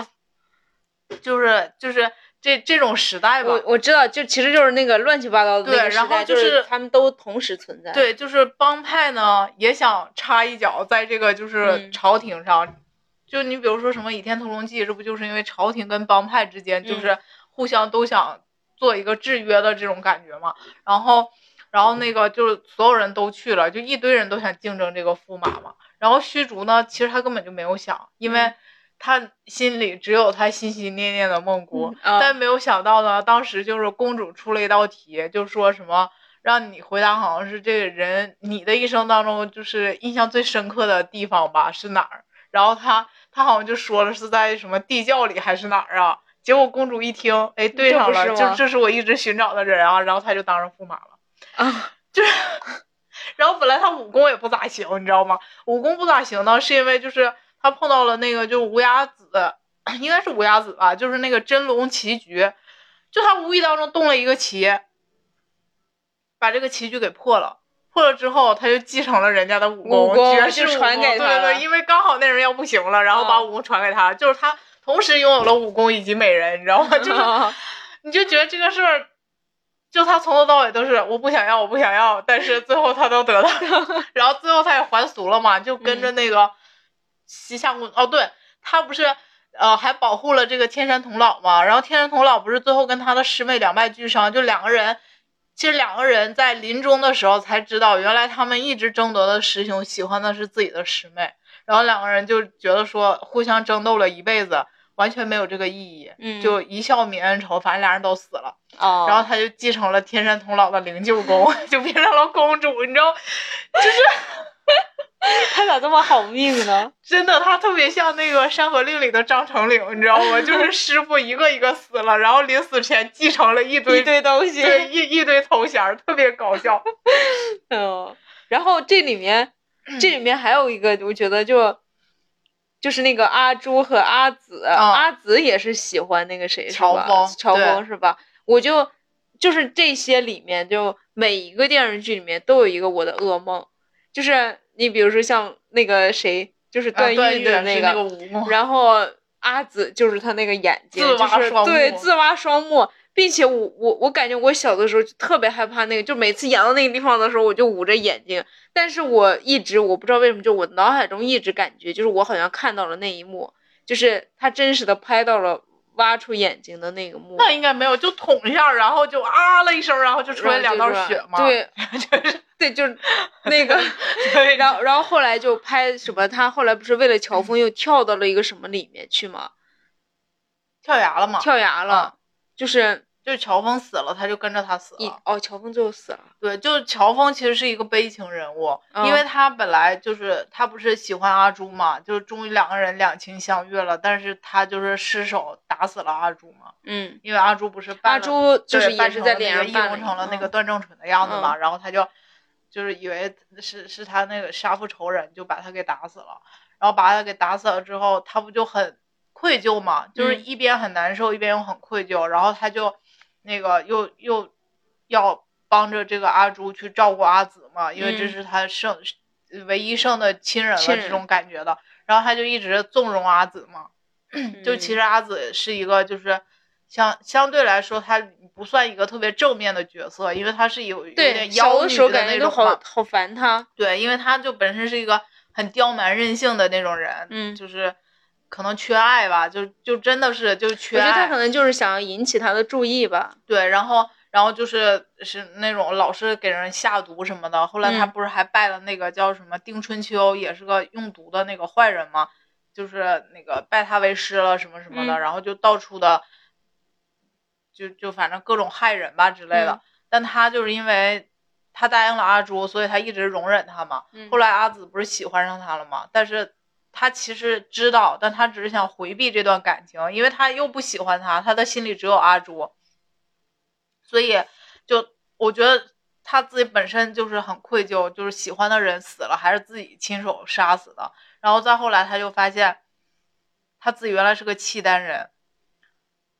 就是这种时代吧。 我知道，就其实就是那个乱七八糟的那个时代， 对，然后就是他们都同时存在。 对，就是帮派呢也想插一脚在这个就是朝廷上。就你比如说什么《倚天屠龙记》，这不就是因为朝廷跟帮派之间就是互相都想做一个制约的这种感觉嘛？然后那个就是所有人都去了，就一堆人都想竞争这个驸马嘛。然后虚竹呢，其实他根本就没有想，因为他心里只有他心心念念的孟姑，但没有想到呢，当时就是公主出了一道题，就说什么让你回答，好像是这个人你的一生当中就是印象最深刻的地方吧，是哪儿？然后他好像就说了是在什么地窖里还是哪儿啊？结果公主一听，哎，对上了，这是我一直寻找的人啊，然后他就当上驸马了啊， 就是。然后本来他武功也不咋行，你知道吗？武功不咋行呢，是因为就是他碰到了那个就无崖子，应该是无崖子吧，就是那个真龙棋局，就他无意当中动了一个棋，把这个棋局给破了。破了之后，他就继承了人家的武功，绝世武功， 传给他。 对，因为刚好那人要不行了，然后把武功传给他，就是他同时拥有了武功以及美人，你知道吗？就是你就觉得这个事儿。就他从头到尾都是我不想要，但是最后他都得到了，然后最后他也还俗了嘛，就跟着那个西夏公主。对，他不是还保护了这个天山童姥嘛，然后天山童姥不是最后跟他的师妹两败俱伤，就两个人在临终的时候才知道，原来他们一直争夺的师兄喜欢的是自己的师妹，然后两个人就觉得说互相争斗了一辈子。完全没有这个意义，就一笑泯恩仇，反正俩人都死了。然后他就继承了天山童姥的灵鹫功，就变成了公主，你知道，就是他咋这么好命呢？ 真的，他特别像那个《山河令》里的张成岭，你知道吗？就是师傅一个一个死了，然后临死前继承了一堆东西， 对，一堆头衔，特别搞笑。 然后这里面还有一个，我觉得就是那个阿朱和阿紫，阿紫也是喜欢那个谁是吧？乔峰是吧？我就是这些里面，就每一个电视剧里面都有一个我的噩梦，就是你比如说像那个谁，就是段誉的那个， 然后阿紫就是他那个眼睛，对，自挖双目。并且我感觉我小的时候就特别害怕那个，就每次演到那个地方的时候，我就捂着眼睛。但是我不知道为什么，就我脑海中一直感觉，就是我好像看到了那一幕，就是他真实的拍到了挖出眼睛的那个幕。 那应该没有，就捅一下，然后就啊了一声，然后就出来两道血嘛。 对，对，就是那个。然后后来就拍什么，他后来不是为了乔峰又跳到了一个什么里面去吗？ 跳崖了嘛？ 跳崖了。就是乔峰死了，他就跟着他死了。 乔峰最后死了。 对，就乔峰其实是一个悲情人物，因为他本来就是他不是喜欢阿朱嘛，就终于两个人两情相悦了，但是他就是失手打死了阿朱嘛。因为阿朱不是阿朱就是也是在脸上扮成了那个段正淳的样子嘛，然后他就是以为是他那个杀父仇人，就把他给打死了。然后把他给打死了之后，他不就很愧疚嘛，就是一边很难受，一边又很愧疚，然后他就那个又要帮着这个阿朱去照顾阿紫嘛，因为这是他唯一剩的亲人了，这种感觉的。然后他就一直纵容阿紫嘛，就其实阿紫是一个就是相对来说他不算一个特别正面的角色，因为他是有点妖女的那种嘛， 好烦他。 对，因为他就本身是一个很刁蛮任性的那种人，就是可能缺爱吧，就真的是就缺爱。 我觉得他可能就是想要引起他的注意吧。 对，然后就是那种老是给人下毒什么的。后来他不是还拜了那个叫什么丁春秋，也是个用毒的那个坏人嘛，就是那个拜他为师了什么什么的，然后就到处的就反正各种害人吧之类的。但他就是因为他答应了阿朱，所以他一直容忍他嘛。后来阿紫不是喜欢上他了嘛，但是他其实知道，但他只是想回避这段感情，因为他又不喜欢他的心里只有阿朱，所以就我觉得他自己本身就是很愧疚，就是喜欢的人死了还是自己亲手杀死的。然后再后来他就发现他自己原来是个契丹人，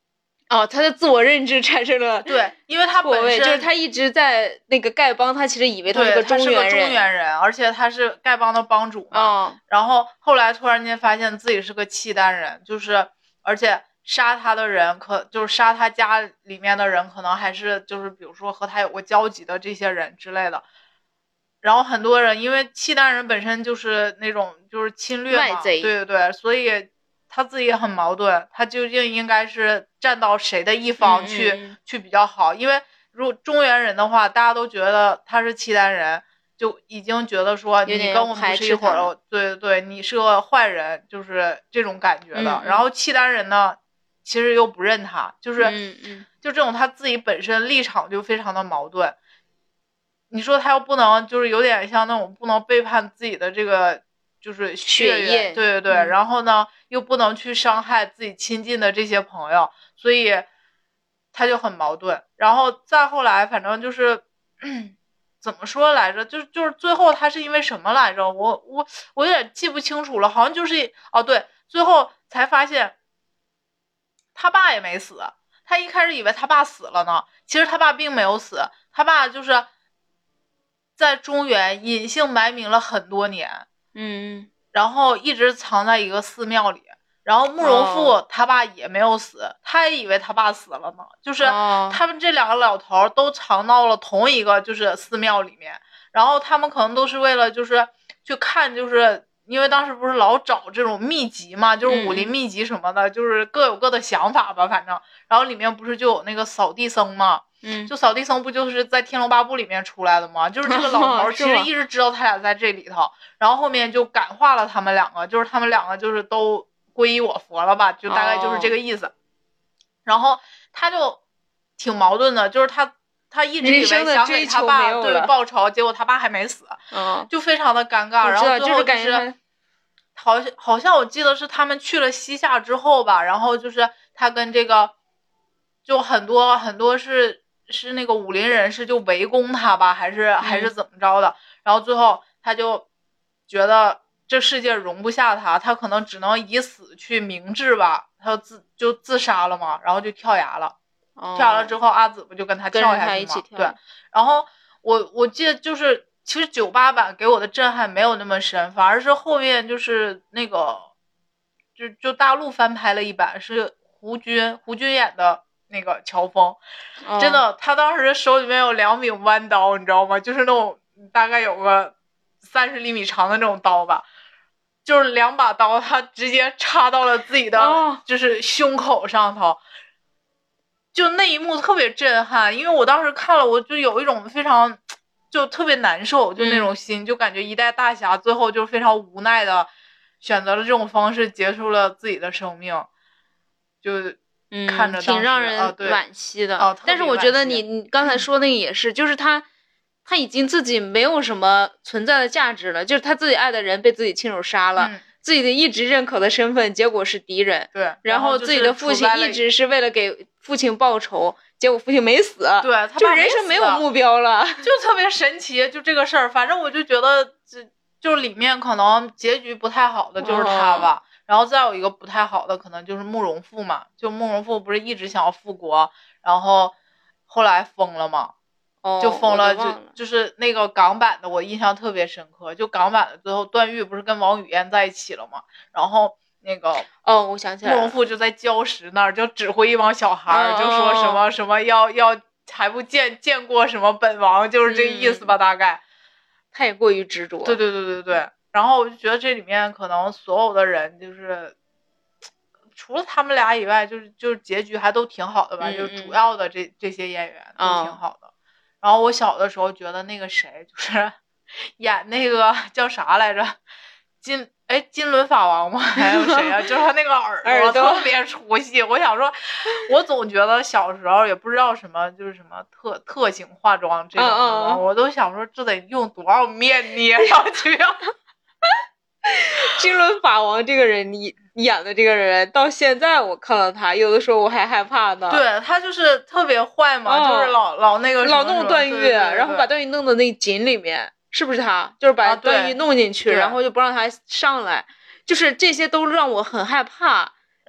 哦，他的自我认知产生了对，因为他本身就是他一直在那个丐帮，他其实以为他是个中原人，而且他是丐帮的帮主嘛。然后后来突然间发现自己是个契丹人，就是而且杀他的人就是杀他家里面的人，可能还是就是比如说和他有过交集的这些人之类的。然后很多人因为契丹人本身就是那种就是侵略嘛，对对对，所以他自己也很矛盾，他究竟应该是站到谁的一方去比较好？因为如果中原人的话，大家都觉得他是契丹人，就已经觉得说你跟我们不是一伙儿，对对对，你是个坏人，就是这种感觉的。然后契丹人呢，其实又不认他，就是就这种他自己本身立场就非常的矛盾。你说他又不能就是有点像那种不能背叛自己的这个就是血液， 对对对，然后呢又不能去伤害自己亲近的这些朋友，所以他就很矛盾。然后再后来反正就是怎么说来着，就是最后他是因为什么来着，我有点记不清楚了，好像就是对，最后才发现他爸也没死，他一开始以为他爸死了呢，其实他爸并没有死，他爸就是在中原隐姓埋名了很多年，然后一直藏在一个寺庙里。然后慕容复他爸也没有死，他也以为他爸死了呢，就是他们这两个老头都藏到了同一个就是寺庙里面。然后他们可能都是为了就是去看，就是因为当时不是老找这种秘籍嘛，就是武林秘籍什么的，就是各有各的想法吧，反正。然后里面不是就有那个扫地僧嘛，就扫地僧不就是在《天龙八部》里面出来的吗？就是这个老头其实一直知道他俩在这里头，然后后面就感化了他们两个，就是他们两个就是都皈依我佛了吧，就大概就是这个意思。然后他就挺矛盾的，就是他一直以为想给他爸对报仇，结果他爸还没死，就非常的尴尬。然后最后就是好像我记得是他们去了西夏之后吧，然后就是他跟这个就很多是那个武林人士就围攻他吧，还是怎么着的。然后最后他就觉得这世界容不下他，他可能只能以死去明志吧，他就自杀了嘛，然后就跳崖了。跳崖了之后，阿紫不就跟他跳下去吗？对。然后我记得就是其实98版给我的震撼没有那么深，反而是后面就是那个就大陆翻拍了一版，是胡军演的那个乔峰，真的他当时手里面有2柄弯刀，你知道吗？就是那种大概有个30厘米长的那种刀吧，就是2把刀他直接插到了自己的就是胸口上头。就那一幕特别震撼，因为我当时看了，我就有一种非常就特别难受，就那种心，就感觉一代大侠最后就非常无奈的选择了这种方式结束了自己的生命，就看着挺让人惋惜的。但是我觉得你刚才说那个也是，就是他已经自己没有什么存在的价值了，就是他自己爱的人被自己亲手杀了，自己的一直认可的身份结果是敌人， 对， 然后自己的父亲一直是为了给父亲报仇，结果父亲没死， 对，他就人生没有目标了， 就特别神奇。就这个事儿，反正我就觉得就里面可能结局不太好的就是他吧，然后再有一个不太好的可能就是慕容复嘛，就慕容复不是一直想要复国，然后后来疯了嘛。就疯了，就是那个港版的我印象特别深刻，就港版的最后段誉不是跟王语嫣在一起了嘛，然后那个我想起来了， 慕容复就在礁石那儿就指挥一帮小孩，就说什么什么要还不见过什么本王，就是这个意思吧，大概太过于执着。 对，然后我就觉得这里面可能所有的人就是除了他们俩以外，就是结局还都挺好的吧，就是主要的这些演员都挺好的。然后我小的时候觉得那个谁就是演那个叫啥来着，金轮法王吗？还有谁啊？就是他那个耳朵特别出戏。我想说，我总觉得小时候也不知道什么就是什么特型化妆这种的，我都想说这得用多少面捏上去啊。 金轮法王这个人，你演的这个人，到现在我看到他，有的时候我还害怕呢。 对，他就是特别坏嘛，就是老那个老弄段誉，然后把段誉弄到那井里面，是不是他？就是把段誉弄进去，然后就不让他上来，就是这些都让我很害怕。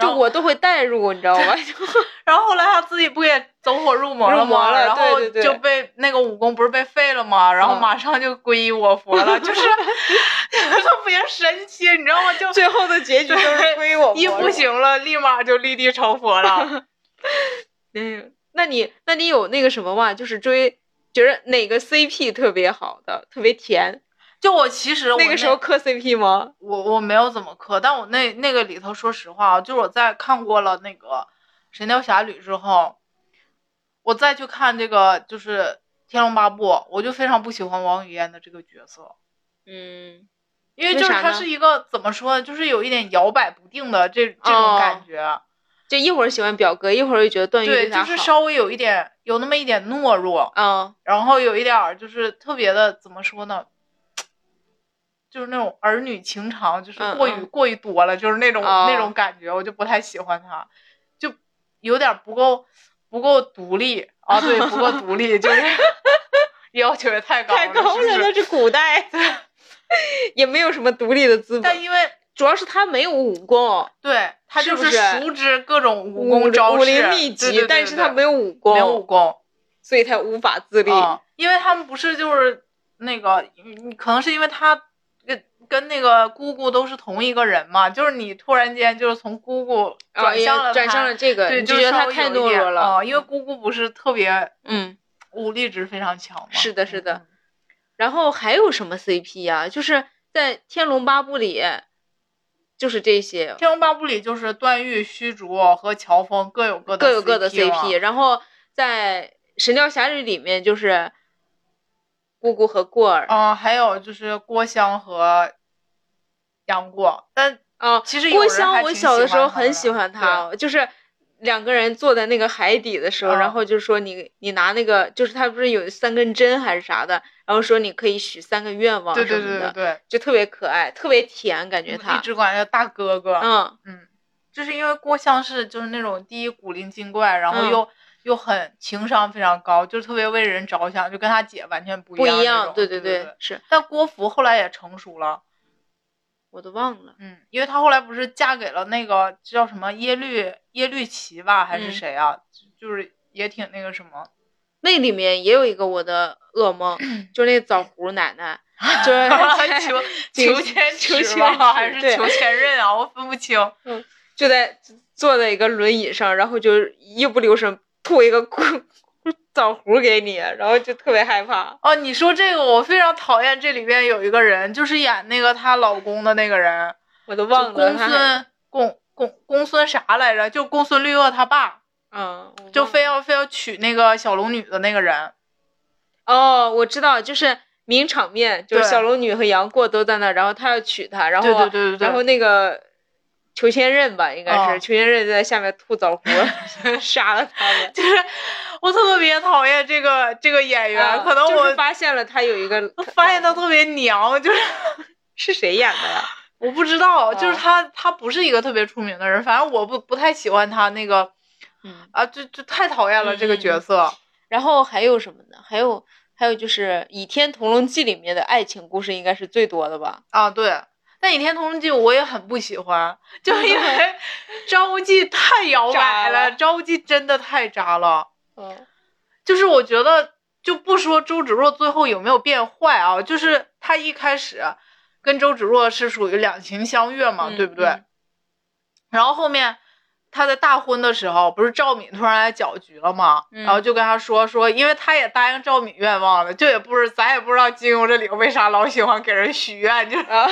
就我都会代入，你知道吗？ 然后后来他自己不也走火入魔了吗？然后就被那个武功不是被废了吗？然后马上就皈依我佛了，就是特别神奇，你知道吗？就最后的结局都是皈依我佛， 一不行了，立马就立地成佛了。 那你有那个什么吗？就是觉得哪个 CP 特别好的，特别甜？ 就我其实那个时候磕 CP 吗？ 我没有怎么磕，但我那个里头，说实话，就是我在看过了那个《神雕侠侣》之后，我再去看这个就是《天龙八部》，我就非常不喜欢王语嫣的这个角色。因为就是他是一个怎么说呢，就是有一点摇摆不定的这种感觉。 就一会儿喜欢表哥，一会儿又觉得段誉对他好， 就是稍微有那么一点懦弱，然后有一点就是特别的怎么说呢，就是那种儿女情长，就是过于多了，就是那种感觉，我就不太喜欢他，就有点不够独立啊，对，不够独立，就是要求也太高了， 那是古代，也没有什么独立的资本， 但因为。 主要是他没有武功， 对，他就是熟知各种武功招式、 武林秘籍， 对， 但是他没有武功，所以他无法自立。 因为他们不是就是那个，可能是因为他跟那个姑姑都是同一个人嘛，就是你突然间就是从姑姑转向了这个， 对， 就觉得他太懦弱了因为姑姑不是特别武力值非常强嘛。 是的，是的。然后还有什么 CP 呀？就是在《天龙八部》里。就是这些，《 天龙八部》里就是段誉、虚竹和乔峰各有各的 CP， 然后在《神雕侠侣》里面就是姑姑和过儿， 还有就是郭襄和杨过，但其实郭襄我小的时候很喜欢他，就是两个人坐在那个海底的时候，然后就说你拿那个，就是他不是有3根针还是啥的，然后说你可以许3个愿望什么的， 对， 就特别可爱，特别甜，感觉他一直管叫大哥哥。就是因为郭襄是就是那种第一古灵精怪，然后又很情商非常高，就是特别为人着想，就跟他姐完全不一样。 对，是。 但郭芙后来也成熟了。 我都忘了， 因为她后来不是嫁给了那个叫什么耶律齐吧，还是谁啊？就是也挺那个什么。 那里面也有一个我的噩梦，就是那枣核奶奶，就是求签吗？还是求签刃啊？我分不清。 就坐在一个轮椅上，然后就一不留神吐一个枣核给你，然后就特别害怕。 你说这个我非常讨厌，这里边有一个人就是演那个她老公的那个人， 我都忘了。 公孙啥来着？就公孙绿萼他爸，就非要娶那个小龙女的那个人。 我知道，就是名场面，就是小龙女和杨过都在那，然后他要娶她，然后对， 然后那个裘千仞吧，应该是裘千仞在下面吐枣核，杀了他们。 就是我特别讨厌这个演员，可能我发现了他有一个， 发现他特别娘，就是是谁演的呀？ 我不知道，就是他不是一个特别出名的人，反正我不太喜欢他那个，就太讨厌了这个角色。 然后还有什么呢？还有就是《倚天屠龙记》里面的爱情故事应该是最多的吧？ 对。但《倚天屠龙记》我也很不喜欢，就是因为张无忌太摇摆了，张无忌真的太渣了。就是我觉得，就不说周芷若最后有没有变坏啊，就是他一开始跟周芷若是属于两情相悦嘛，对不对？然后后面他在大婚的时候，不是赵敏突然来搅局了吗？然后就跟他说，因为他也答应赵敏愿望了，咱也不知道金庸这里为啥老喜欢给人许愿，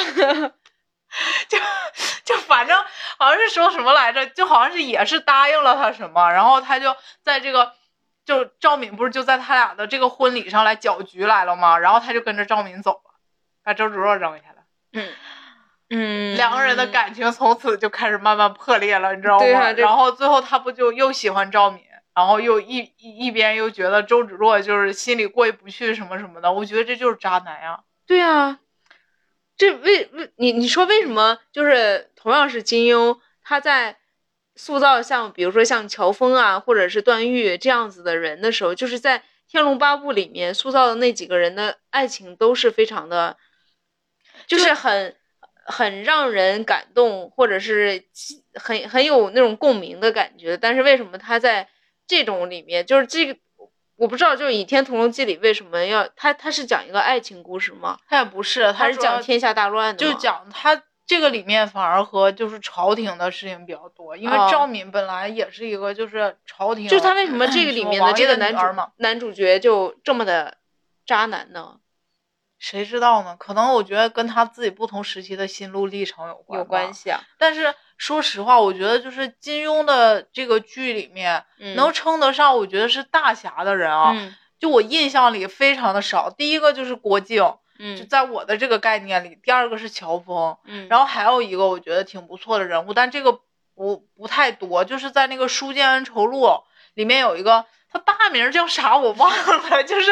就反正好像是说什么来着，就好像是也是答应了他什么，然后他就在这个就赵敏不是就在他俩的这个婚礼上来搅局来了吗？然后他就跟着赵敏走了，把周芷若扔下了。两个人的感情从此就开始慢慢破裂了，你知道吗？然后最后他不就又喜欢赵敏，然后又一边又觉得周芷若就是心里过意不去什么什么的，我觉得这就是渣男呀。 对啊，这你说为什么就是同样是金庸，他在塑造比如说像乔峰啊或者是段誉这样子的人的时候，就是在《天龙八部》里面塑造的那几个人的爱情都是非常的，就是很很让人感动，或者是很有那种共鸣的感觉。但是为什么他在这种里面，就是这个我不知道，就是《倚天屠龙记》里为什么要他是讲一个爱情故事吗？ 他也不是， 他是讲天下大乱的吗？ 就讲他这个里面反而和就是朝廷的事情比较多，因为赵敏本来也是一个就是朝廷， 就他为什么这个里面的这个男主角就这么的渣男呢？ 谁知道呢？可能我觉得跟他自己不同时期的心路历程有关系啊。 但是说实话，我觉得就是金庸的这个剧里面，能称得上我觉得是大侠的人啊，就我印象里非常的少。第一个就是郭靖，就在我的这个概念里。第二个是乔峰，然后还有一个我觉得挺不错的人物，但这个不太多，就是在那个《书剑恩仇录》里面有一个，他大名叫啥我忘了，就是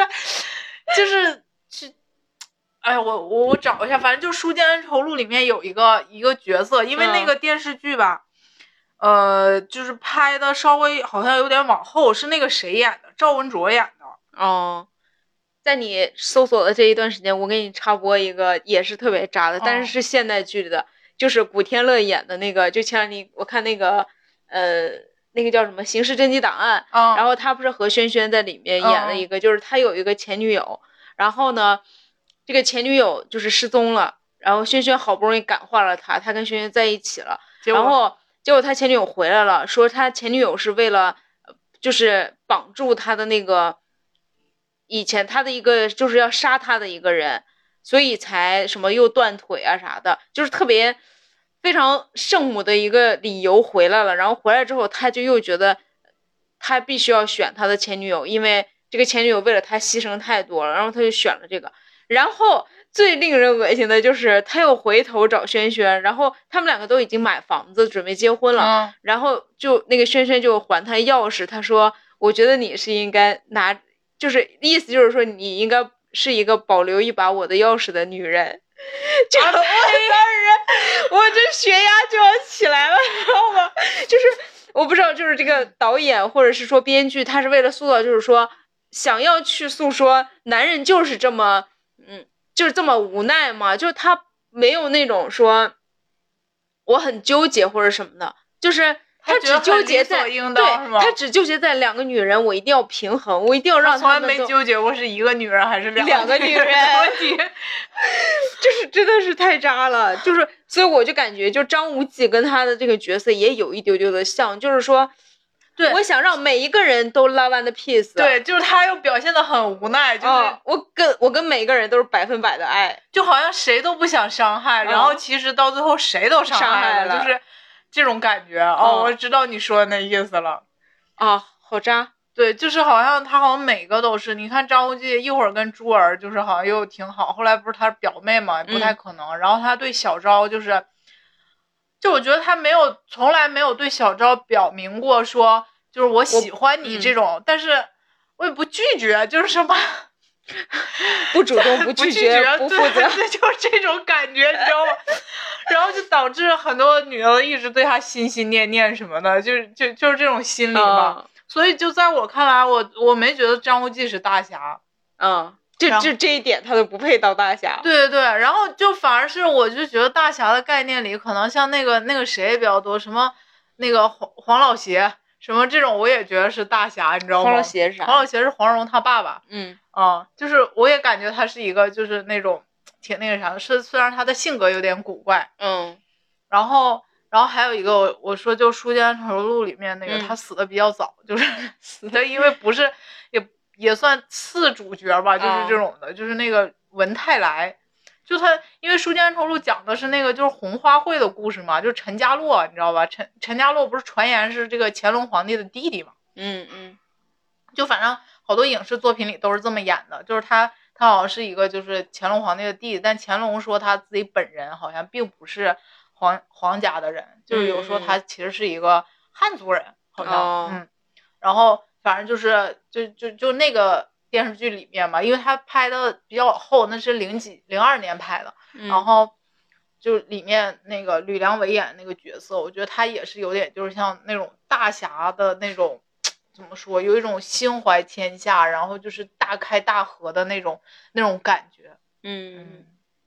哎呀，我找一下，反正就《书剑恩仇录》里面有一个角色，因为那个电视剧吧，就是拍的稍微好像有点往后，是那个谁演的，赵文卓演的。 哦，在你搜索的这一段时间，我给你插播一个也是特别渣的，但是是现代剧的，就是古天乐演的那个，就前两天我看那个那个叫什么《刑事侦缉档案》，然后他不是和轩轩在里面演了一个，就是他有一个前女友，然后呢这个前女友就是失踪了，然后轩轩好不容易感化了他，他跟轩轩在一起了，然后结果他前女友回来了，说他前女友是为了就是绑住他的那个以前他的一个就是要杀他的一个人，所以才什么又断腿啊啥的，就是特别非常圣母的一个理由回来了。然后回来之后他就又觉得他必须要选他的前女友，因为这个前女友为了他牺牲太多了，然后他就选了这个。然后最令人恶心的就是他又回头找轩轩，然后他们两个都已经买房子准备结婚了，然后就那个轩轩就还他钥匙，他说我觉得你是应该拿，就是意思就是说你应该是一个保留一把我的钥匙的女人。就我当时我这血压就要起来了，你知道吗？就是我不知道，就是这个导演或者是说编剧，他是为了塑造，就是说想要去诉说男人就是这么就是这么无奈嘛，就是他没有那种说我很纠结或者什么的，就是他只纠结在对，他只纠结在两个女人，我一定要平衡，我一定要让他从来没纠结过是一个女人还是两个女人问题，就是真的是太渣了，就是所以我就感觉就张无忌跟他的这个角色也有一丢丢的像，就是说。 对， 我想让每一个人都 love and peace。 对，就是他又表现得很无奈，就是、 我跟每个人都是100%的爱， 就好像谁都不想伤害，然后其实到最后谁都伤害了， 就是这种感觉。我知道你说的那意思了。 好渣。 对，就是好像他好像每个都是，你看张无忌一会儿跟珠儿就是好像又挺好，后来不是他表妹嘛，不太可能。然后他对小昭就我觉得他从来没有对小昭表明过说就是我喜欢你这种，但是我也不拒绝，就是什么不主动不拒绝不负责， 对，就是这种感觉，你知道吗？然后就导致很多女的一直对他心心念念什么的，就是这种心理嘛。所以就在我看来，我没觉得张无忌是大侠。 就这一点他都不配当大侠。 对，然后就反而是我就觉得大侠的概念里可能像那个谁比较多，什么那个黄老邪什么这种我也觉得是大侠，你知道吗？ 黄老邪是啥？ 黄老邪是黄蓉他爸爸。就是我也感觉他是一个就是那种挺那个啥的，虽然他的性格有点古怪。然后还有一个我说就《书剑恩仇录》里面那个他死的比较早，就是死的因为不是也算次主角吧，就是这种的，就是那个文泰来，就他因为《书剑恩仇录》讲的是那个就是红花会的故事嘛，就是陈家洛，你知道吧？陈家洛不是传言是这个乾隆皇帝的弟弟嘛？就反正好多影视作品里都是这么演的，就是他好像是一个就是乾隆皇帝的弟弟，但乾隆说他自己本人好像并不是皇家的人，就是有说他其实是一个汉族人，好像然后。反正就是就那个电视剧里面嘛，因为他拍的比较后，那是02年拍的，然后就里面那个吕良伟演那个角色，我觉得他也是有点就是像那种大侠的那种，怎么说，有一种心怀天下，然后就是大开大合的那种感觉。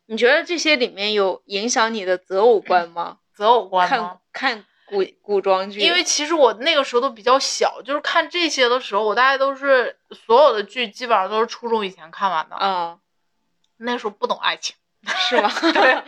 你觉得这些里面有影响你的择偶观吗？ 择偶观吗？ 看古装剧， 因为其实我那个时候都比较小，就是看这些的时候，我大概都是所有的剧基本上都是初中以前看完的啊。 那时候不懂爱情， 是吗？ 对，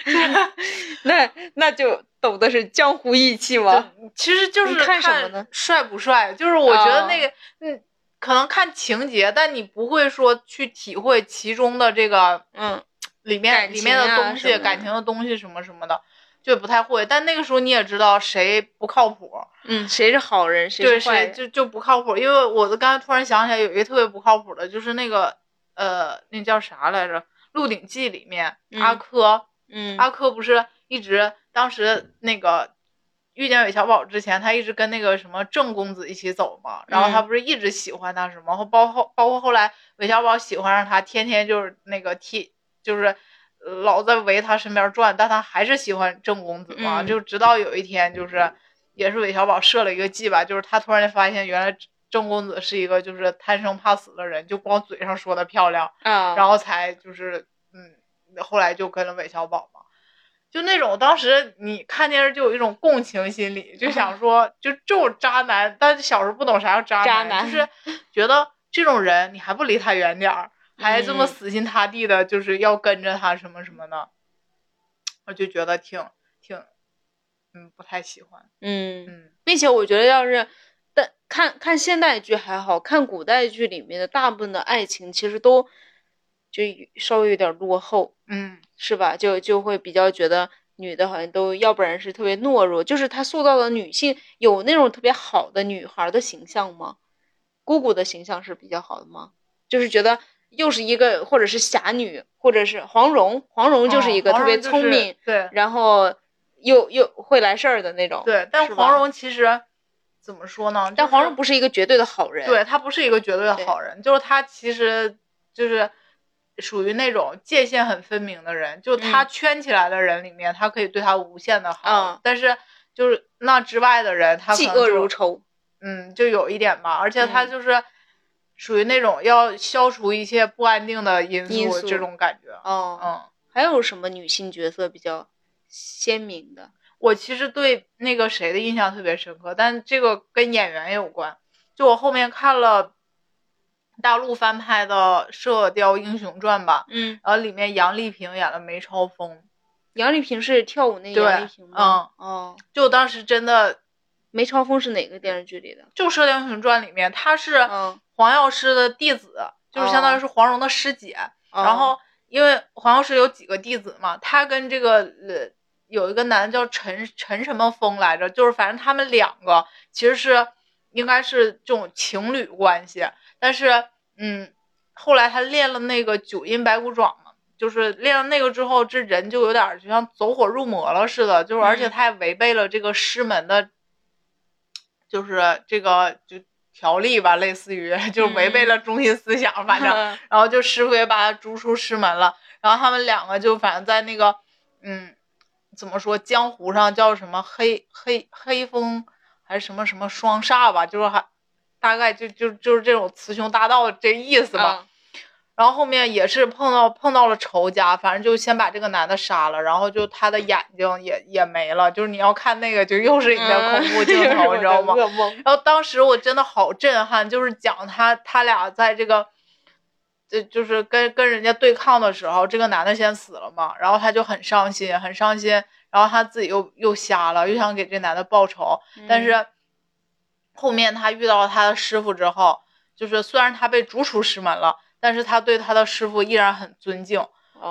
那就懂的是江湖义气吗？ 其实就是看什么呢？ 帅不帅，就是我觉得那个可能看情节，但你不会说去体会其中的这个里面的东西，感情的东西什么什么的。就不太会，但那个时候你也知道谁不靠谱， 谁是好人，谁是坏人，就不靠谱。因为我刚才突然想起来，有一个特别不靠谱的，就是那个那叫啥来着，《鹿鼎记》里面阿珂，阿珂不是一直当时那个遇见韦小宝之前，他一直跟那个什么郑公子一起走嘛，然后他不是一直喜欢他什么，包括后来韦小宝喜欢上他，天天就是那个就是老在围他身边转，但他还是喜欢郑公子嘛，就直到有一天就是也是韦小宝设了一个计吧，就是他突然发现原来郑公子是一个就是贪生怕死的人，就光嘴上说的漂亮然后才就是后来就跟了韦小宝嘛。就那种当时你看电视就有一种共情心理，就想说就这种渣男，但小时候不懂啥叫渣男，就是觉得这种人你还不离他远点儿，还这么死心塌地的就是要跟着他什么什么的，我就觉得挺不太喜欢。 并且我觉得要是看现代剧还好，看古代剧里面的大部分的爱情其实都就稍微有点落后，是吧？就会比较觉得女的好像都要不然是特别懦弱，就是她塑造的女性有那种特别好的女孩的形象吗？姑姑的形象是比较好的吗？就是觉得又是一个或者是侠女，或者是黄蓉就是一个特别聪明， 对， 然后又会来事儿的那种。 对，但黄蓉其实怎么说呢？ 但黄蓉不是一个绝对的好人。 对，她不是一个绝对的好人，就是她其实就是属于那种界限很分明的人，就她圈起来的人里面，她可以对她无限的好，但是就是那之外的人，她嫉恶如仇。 就有一点吧，而且她就是属于那种要消除一切不安定的因素这种感觉。 还有什么女性角色比较鲜明的？ 我其实对那个谁的印象特别深刻，但这个跟演员有关。就我后面看了大陆翻拍的《射雕英雄传》吧，然后里面杨丽萍演了梅超风。 杨丽萍是跳舞那杨丽萍吗？ 就当时真的。 梅超风是哪个电视剧里的？ 就《射雕英雄传》里面，他是黄药师的弟子，就是相当于是黄蓉的师姐。然后因为黄药师有几个弟子嘛，他跟这个有一个男的叫陈什么风来着，就是反正他们两个其实是应该是这种情侣关系，但是后来他练了那个九阴白骨爪嘛，就是练了那个之后，这人就有点就像走火入魔了似的，就是而且他还违背了这个师门的。就是这个就条例吧，类似于就违背了中心思想，反正然后就师傅也把他逐出师门了，然后他们两个就反正在那个怎么说江湖上叫什么黑风还是什么什么双煞吧，就是还大概就是这种雌雄大盗这意思吧。然后后面也是碰到了仇家，反正就先把这个男的杀了，然后就他的眼睛也没了，就是你要看那个就又是一个恐怖镜头，你知道吗？然后当时我真的好震撼，就是讲他俩在这个就是跟人家对抗的时候，这个男的先死了嘛，然后他就很伤心，然后他自己又瞎了，又想给这男的报仇，但是后面他遇到了他的师傅之后，就是虽然他被逐出师门了，但是他对他的师傅依然很尊敬。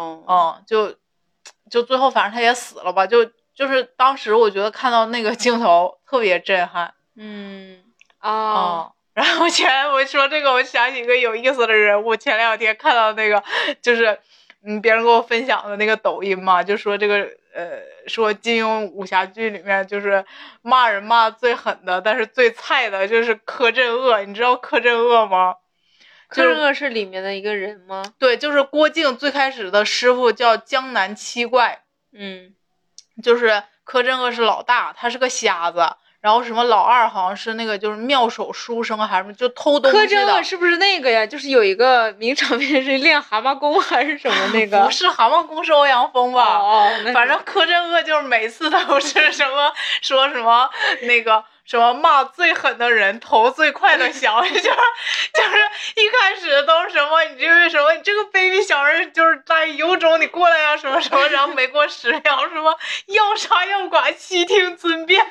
就最后反正他也死了吧，就是当时我觉得看到那个镜头特别震撼。然后我说这个，我想起一个有意思的人物，前2天看到那个就是别人给我分享的那个抖音嘛，就说这个说金庸武侠剧里面就是骂人骂最狠的，但是最菜的就是柯镇恶。你知道柯镇恶吗？ 柯镇恶是里面的一个人吗？ 对，就是郭靖最开始的师傅叫江南七怪。就是柯镇恶是老大，他是个瞎子， 然后什么老二好像是那个就是妙手书生还是就偷东西的。 柯镇恶是不是那个呀？就是有一个名场面是练蛤蟆功还是什么那个？ 不是蛤蟆功是欧阳锋吧？反正柯镇恶就是每次都是什么说什么那个什么骂最狠的人头最快的响，就是一开始都是什么你这个什么你这个卑鄙小人就是在有种你过来呀什么什么，然后没过10秒什么要杀要剐悉听尊便。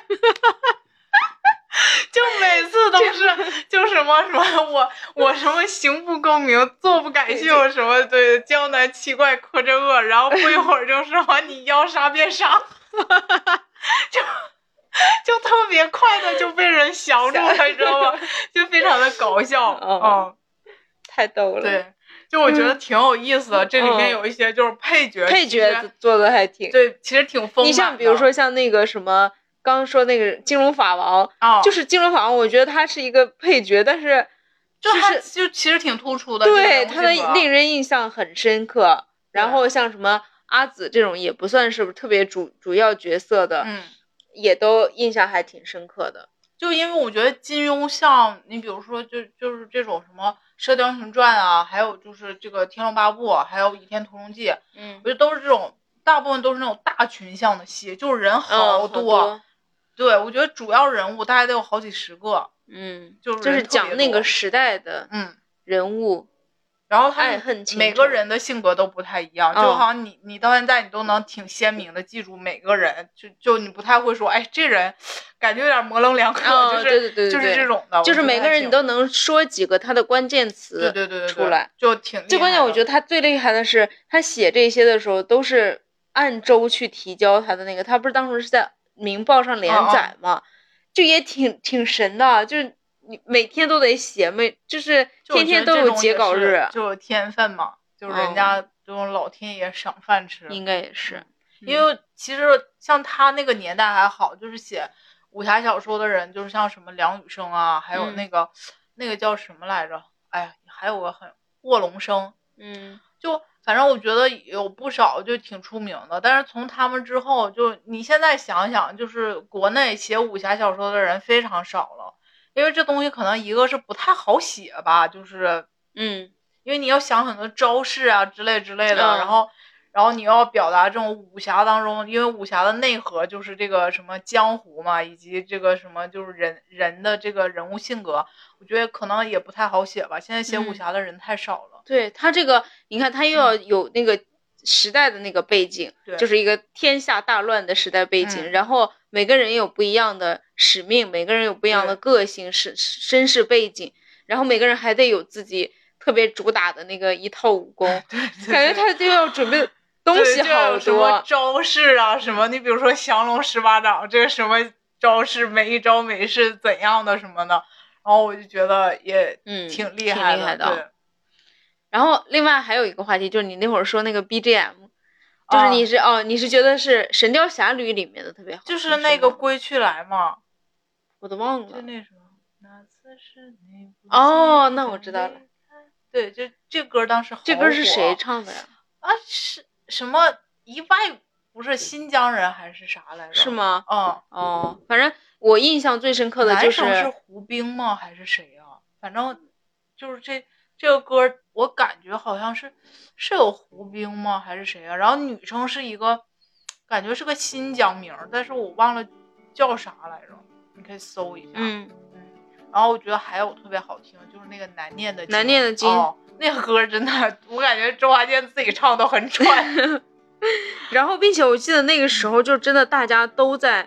就每次都是就什么我什么行不更名坐不改姓什么对江南七怪柯镇恶，然后不一会儿就说你要杀便杀。就特别快的就被人降住了，你知道吗？就非常的搞笑。 太逗了。 对，就我觉得挺有意思的。这里面有一些就是配角做的还挺对，其实挺丰满的。 你像比如说像那个什么刚刚说那个金龙法王，就是金龙法王，我觉得他是一个配角，但是就其实挺突出的， 对他的令人印象很深刻。然后像什么阿紫这种也不算是特别主要角色的，也都印象还挺深刻的。 就因为我觉得金庸像你比如说就是这种什么《射雕英雄传》啊，还有就是这个《天龙八部》，还有《倚天屠龙记》，我觉得都是这种大部分都是那种大群像的戏，就是人好多。对，我觉得主要人物大概得有好几十个， 就是讲那个时代的人物， 然后他每个人的性格都不太一样，就好像你到现在你都能挺鲜明的记住每个人，就你不太会说，哎，这人感觉有点模棱两可，就是这种的， 就是每个人你都能说几个他的关键词， 对出来， 就挺厉害的。 最关键我觉得他最厉害的是他写这些的时候都是按周去提交他的那个，他不是当时是在明报上连载嘛，就也挺神的，就是你每天都得写，就是天天都有截稿日， 就有天分嘛，就是人家这种老天爷赏饭吃， 应该也是。 因为其实像他那个年代还好，就是写武侠小说的人，就是像什么梁羽生啊，还有那个叫什么来着？哎呀，还有个卧龙生，就反正我觉得有不少就挺出名的，但是从他们之后，就你现在想想，就是国内写武侠小说的人非常少了，因为这东西可能一个是不太好写吧，就是因为你要想很多招式啊之类的，然后你要表达这种武侠当中，因为武侠的内核就是这个什么江湖嘛，以及这个什么就是人的这个人物性格，我觉得可能也不太好写吧。现在写武侠的人太少了。 对，他这个你看他又要有那个时代的那个背景，就是一个天下大乱的时代背景，然后每个人有不一样的使命，每个人有不一样的个性身世背景，然后每个人还得有自己特别主打的那个一套武功，感觉他就要准备东西好多， 什么招式啊什么，你比如说降龙18掌这个什么招式，每一招每是怎样的什么的，然后我就觉得也挺厉害的。对。 然后另外还有一个话题，就是你那会儿说那个 BGM， 就是你是觉得是《神雕侠侣》里面的特别好， 就是那个归去来嘛， 我都忘了。 就那首那次是你那我知道了。 对，就这歌当时好火。 这歌是谁唱的呀？ 是什么不是新疆人还是啥来着？ 是吗？反正我印象最深刻的就是男生是胡兵吗？还是谁啊？反正就是这个歌，我感觉好像是有胡兵吗？还是谁啊？然后女生是一个，感觉是个新疆名，但是我忘了叫啥来着，你可以搜一下。然后我觉得还有特别好听，就是那个难念的经。那个歌真的，我感觉周华健自己唱都很喘。 然后，并且我记得那个时候就真的大家都在，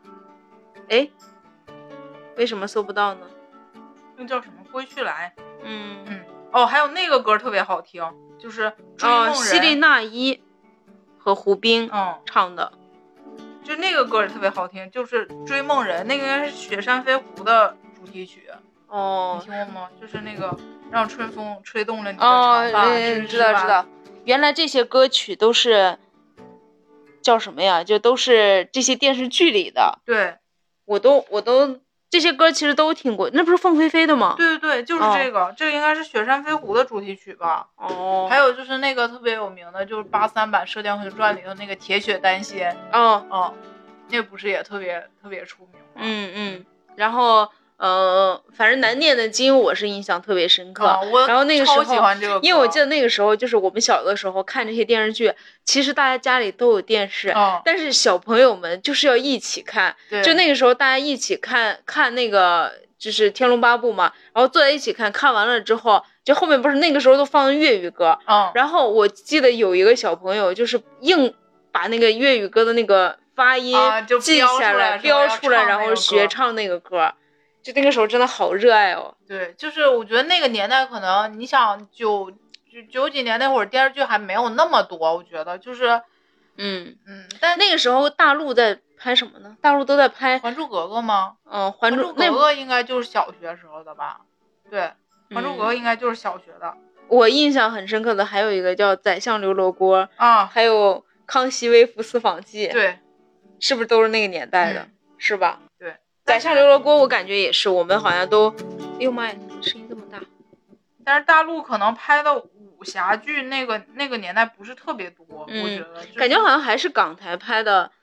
为什么搜不到呢？ 那叫什么？归去来。还有那个歌特别好听，就是追梦人， 希利娜依和胡兵唱的， 就那个歌也特别好听，就是追梦人，那个应该是雪山飞狐的主题曲。你听过吗？就是那个让春风吹动了你的长发。 知道。原来这些歌曲都是叫什么呀？就都是这些电视剧里的。 对， 我都这些歌其实都听过，那不是凤飞飞的吗？ 对，就是这个，这个应该是雪山飞狐的主题曲吧。还有就是那个特别有名的，就是83版《射雕英雄传》里头那个铁血丹心。 那不是也特别特别出名吗？ 然后反正难念的经我是印象特别深刻。然后那个时候超喜欢这个歌， 因为我记得那个时候就是我们小的时候看这些电视剧，其实大家家里都有电视，但是小朋友们就是要一起看。就那个时候大家一起看那个就是《天龙八部》嘛，然后坐在一起看完了之后，就后面不是那个时候都放粤语歌，然后我记得有一个小朋友就是硬把那个粤语歌的那个发音记下来，标出来，然后学唱那个歌。就那个时候真的好热爱哦。 对，就是我觉得那个年代可能你想九几年那会儿电视剧还没有那么多，我觉得就是但那个时候大陆在拍什么呢？大陆都在拍还珠格格吗？ 还珠格格应该就是小学时候的吧。对，还珠格格应该就是小学的。 我印象很深刻的还有一个叫宰相刘罗锅还有康熙微服私访记。 对， 是不是都是那个年代的？是吧？ 对， 宰相刘罗锅我感觉也是，我们好像都，哎呦妈呀，声音这么大。 但是大陆可能拍的武侠剧那个年代不是特别多，我觉得、 感觉好像还是港台拍的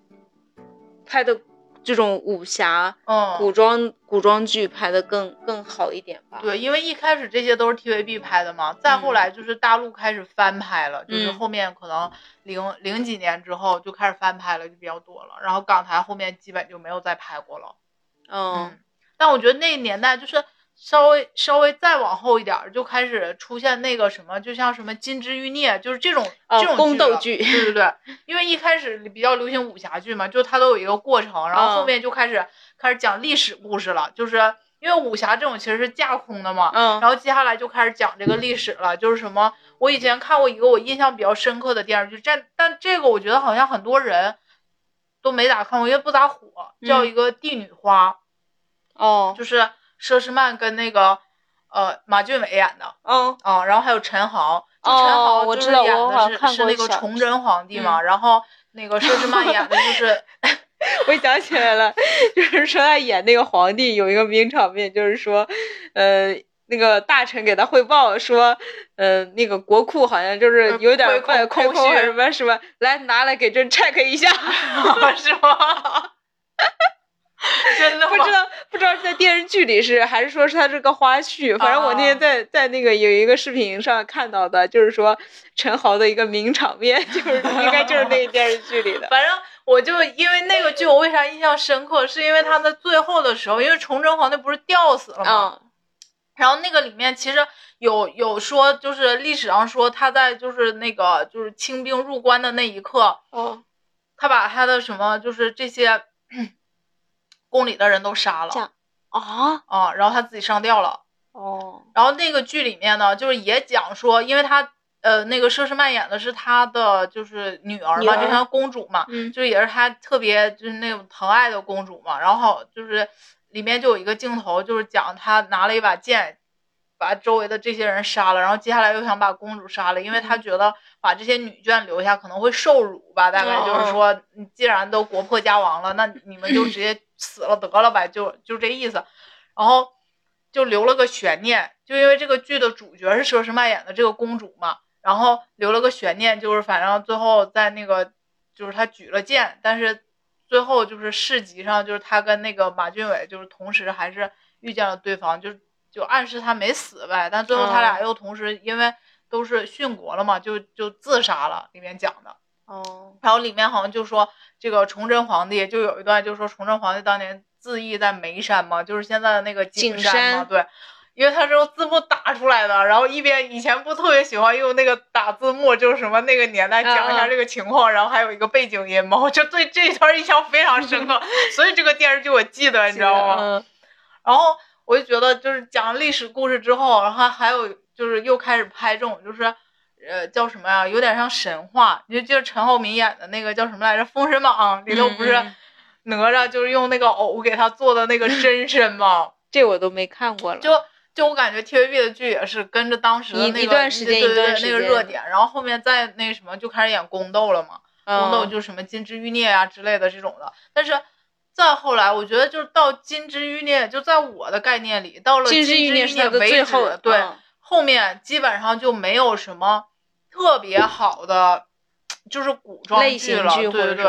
这种武侠古装剧拍的更好一点吧。 对，因为一开始这些都是 TVB 拍的嘛，再后来就是大陆开始翻拍了，就是后面可能零几年之后就开始翻拍了，就比较多了，然后港台后面基本就没有再拍过了。但我觉得那个年代就是稍微再往后一点就开始出现那个什么，就像什么金枝玉孽，就是这种宫斗剧。 对，因为一开始比较流行武侠剧嘛，就它都有一个过程，然后后面就开始讲历史故事了，就是因为武侠这种其实是架空的嘛，然后接下来就开始讲这个历史了，就是什么，我以前看过一个我印象比较深刻的电视剧，但这个我觉得好像很多人都没咋看过，因为不咋火，叫一个帝女花。就是佘诗曼跟那个马俊伟演的。然后还有陈豪，陈豪就是演的是那个崇祯皇帝嘛，然后那个佘诗曼演的就是我想起来了，就是说他演那个皇帝有一个名场面，就是说那个大臣给他汇报说那个国库好像就是有点空什么来拿来给朕 check 一下是吗？真的吗？ 不知道是在电视剧里还是说是他这个花絮，反正我那天在那个有一个视频上看到的，就是说陈豪的一个名场面，就是应该就是那个电视剧里的。 反正我就因为那个剧我为啥印象深刻，是因为他在最后的时候，因为崇祯皇帝不是吊死了吗？然后那个里面其实有说，就是历史上说他在就是那个就是清兵入关的那一刻，他把他的什么就是这些宫里的人都杀了然后他自己上吊了然后那个剧里面呢，就是也讲说，因为他那个佘诗曼演的是他的就是女儿嘛，就像公主嘛，就是也是他特别就是那种疼爱的公主嘛。然后就是里面就有一个镜头，就是讲他拿了一把剑，把周围的这些人杀了，然后接下来又想把公主杀了，因为他觉得把这些女眷留下可能会受辱吧，大概就是说，既然都国破家亡了，那你们就直接死了得了呗，就这意思。然后就留了个悬念，就因为这个剧的主角是佘诗曼演的这个公主嘛，然后留了个悬念，就是反正最后在那个就是他举了剑，但是最后就是市集上，就是他跟那个马俊伟就是同时还是遇见了对方，就暗示他没死呗，但最后他俩又同时因为都是殉国了嘛，就自杀了，里面讲的然后里面好像就说这个崇祯皇帝就有一段就说崇祯皇帝当年自缢在眉山嘛，就是现在的那个景山嘛，对，因为他是用字幕打出来的，然后一边以前不特别喜欢用那个打字幕，就是什么那个年代讲一下这个情况，然后还有一个背景音嘛，我就对这一段印象非常深刻所以这个电视剧我记得你知道吗然后我就觉得就是讲历史故事之后，然后还有就是又开始拍这种就是叫什么呀，有点像神话，你就记得陈浩民演的那个叫什么来着，《封神榜》里头不是哪吒就是用那个藕给他做的那个真身吗这我都没看过了。 就我感觉 TVB 的剧也是跟着当时的那个一段时间那个热点，然后后面再那什么就开始演宫斗了嘛，宫斗就什么金枝玉孽啊之类的这种的。但是再后来我觉得就是到金枝玉孽，就在我的概念里到了金枝玉孽为止，对后面基本上就没有什么特别好的就是古装剧了，对，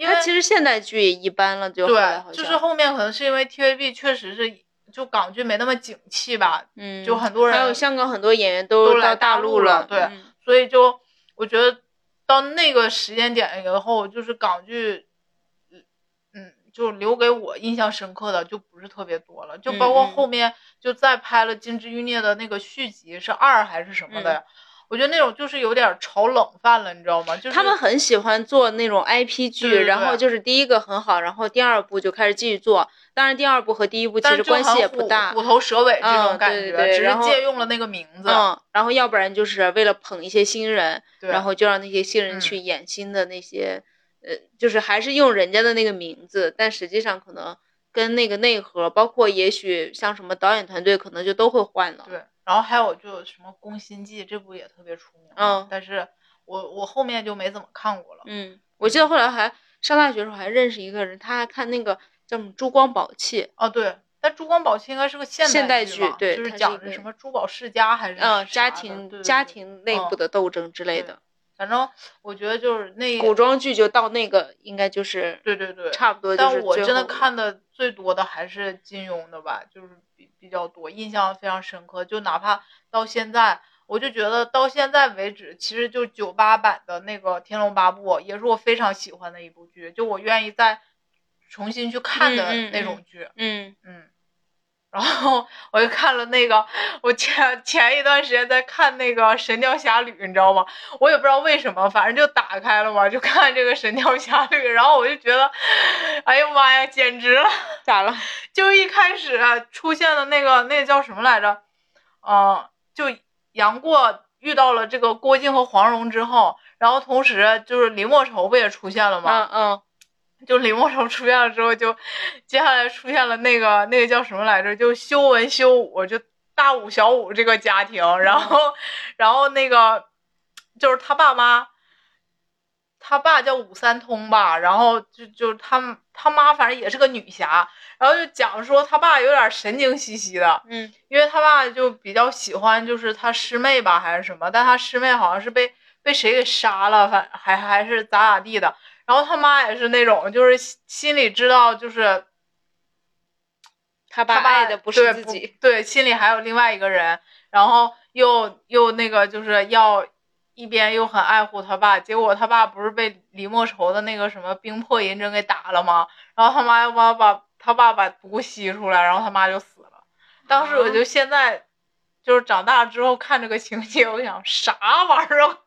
它其实现代剧也一般了，就后来好像就是后面可能是因为 TVB 确实是就港剧没那么景气吧，就很多人还有香港很多演员都来大陆了， 对，所以就我觉得到那个时间点以后，就是港剧，就留给我印象深刻的就不是特别多了，就包括后面就再拍了《金枝欲孽》的那个续集是2还是什么的呀？我觉得那种就是有点炒冷饭了，你知道吗？就是他们很喜欢做那种 IP 剧，然后就是第一个很好，然后第二部就开始继续做。当然，第二部和第一部其实关系也不大， 虎头蛇尾这种感觉， 对， 只是借用了那个名字。 然后要不然就是为了捧一些新人， 然后就让那些新人去演新的那些，就是还是用人家的那个名字，但实际上可能跟那个内核，包括也许像什么导演团队，可能就都会换了。 对。然后还有就什么《宫心计》这部也特别出名，但是我后面就没怎么看过了。 我记得后来还上大学的时候还认识一个人，他还看那个叫什么《珠光宝气》。 对，但《珠光宝气》应该是个现代剧，对， 就是讲的什么珠宝世家还是家庭内部的斗争之类的。 反正我觉得就是那古装剧就到那个应该就是对差不多就是。 但我真的看的最多的还是金庸的吧，就是比较多，印象非常深刻。就哪怕到现在，我就觉得到现在为止，其实就98版的那个《天龙八部》也是我非常喜欢的一部剧，就我愿意再重新去看的那种剧。然后我就看了那个，我前一段时间在看那个《神雕侠侣》，你知道吗？我也不知道为什么，反正就打开了嘛，就看这个《神雕侠侣》，然后我就觉得，哎呀妈呀，简直了！ 咋了？ 就一开始出现的那个叫什么来着？就杨过遇到了这个郭靖和黄蓉之后，然后同时就是李莫愁不也出现了吗？就李莫愁出现了之后，就接下来出现了那个叫什么来着？就修文修武，就大武小武这个家庭，然后那个就是他爸妈，他爸叫武三通吧，然后就他妈反正也是个女侠，然后就讲说他爸有点神经兮兮的，因为他爸就比较喜欢就是他师妹吧还是什么，但他师妹好像是被谁给杀了，还是咋地的。然后他妈也是那种，就是心里知道，就是他爸爱的不是自己， 对，心里还有另外一个人，然后又那个就是要一边又很爱护他爸，结果他爸不是被李莫愁的那个什么兵破银针给打了吗？然后他妈要把他爸把毒吸出来，然后他妈就死了。当时我就现在就是长大之后看这个情节，我想啥玩意儿，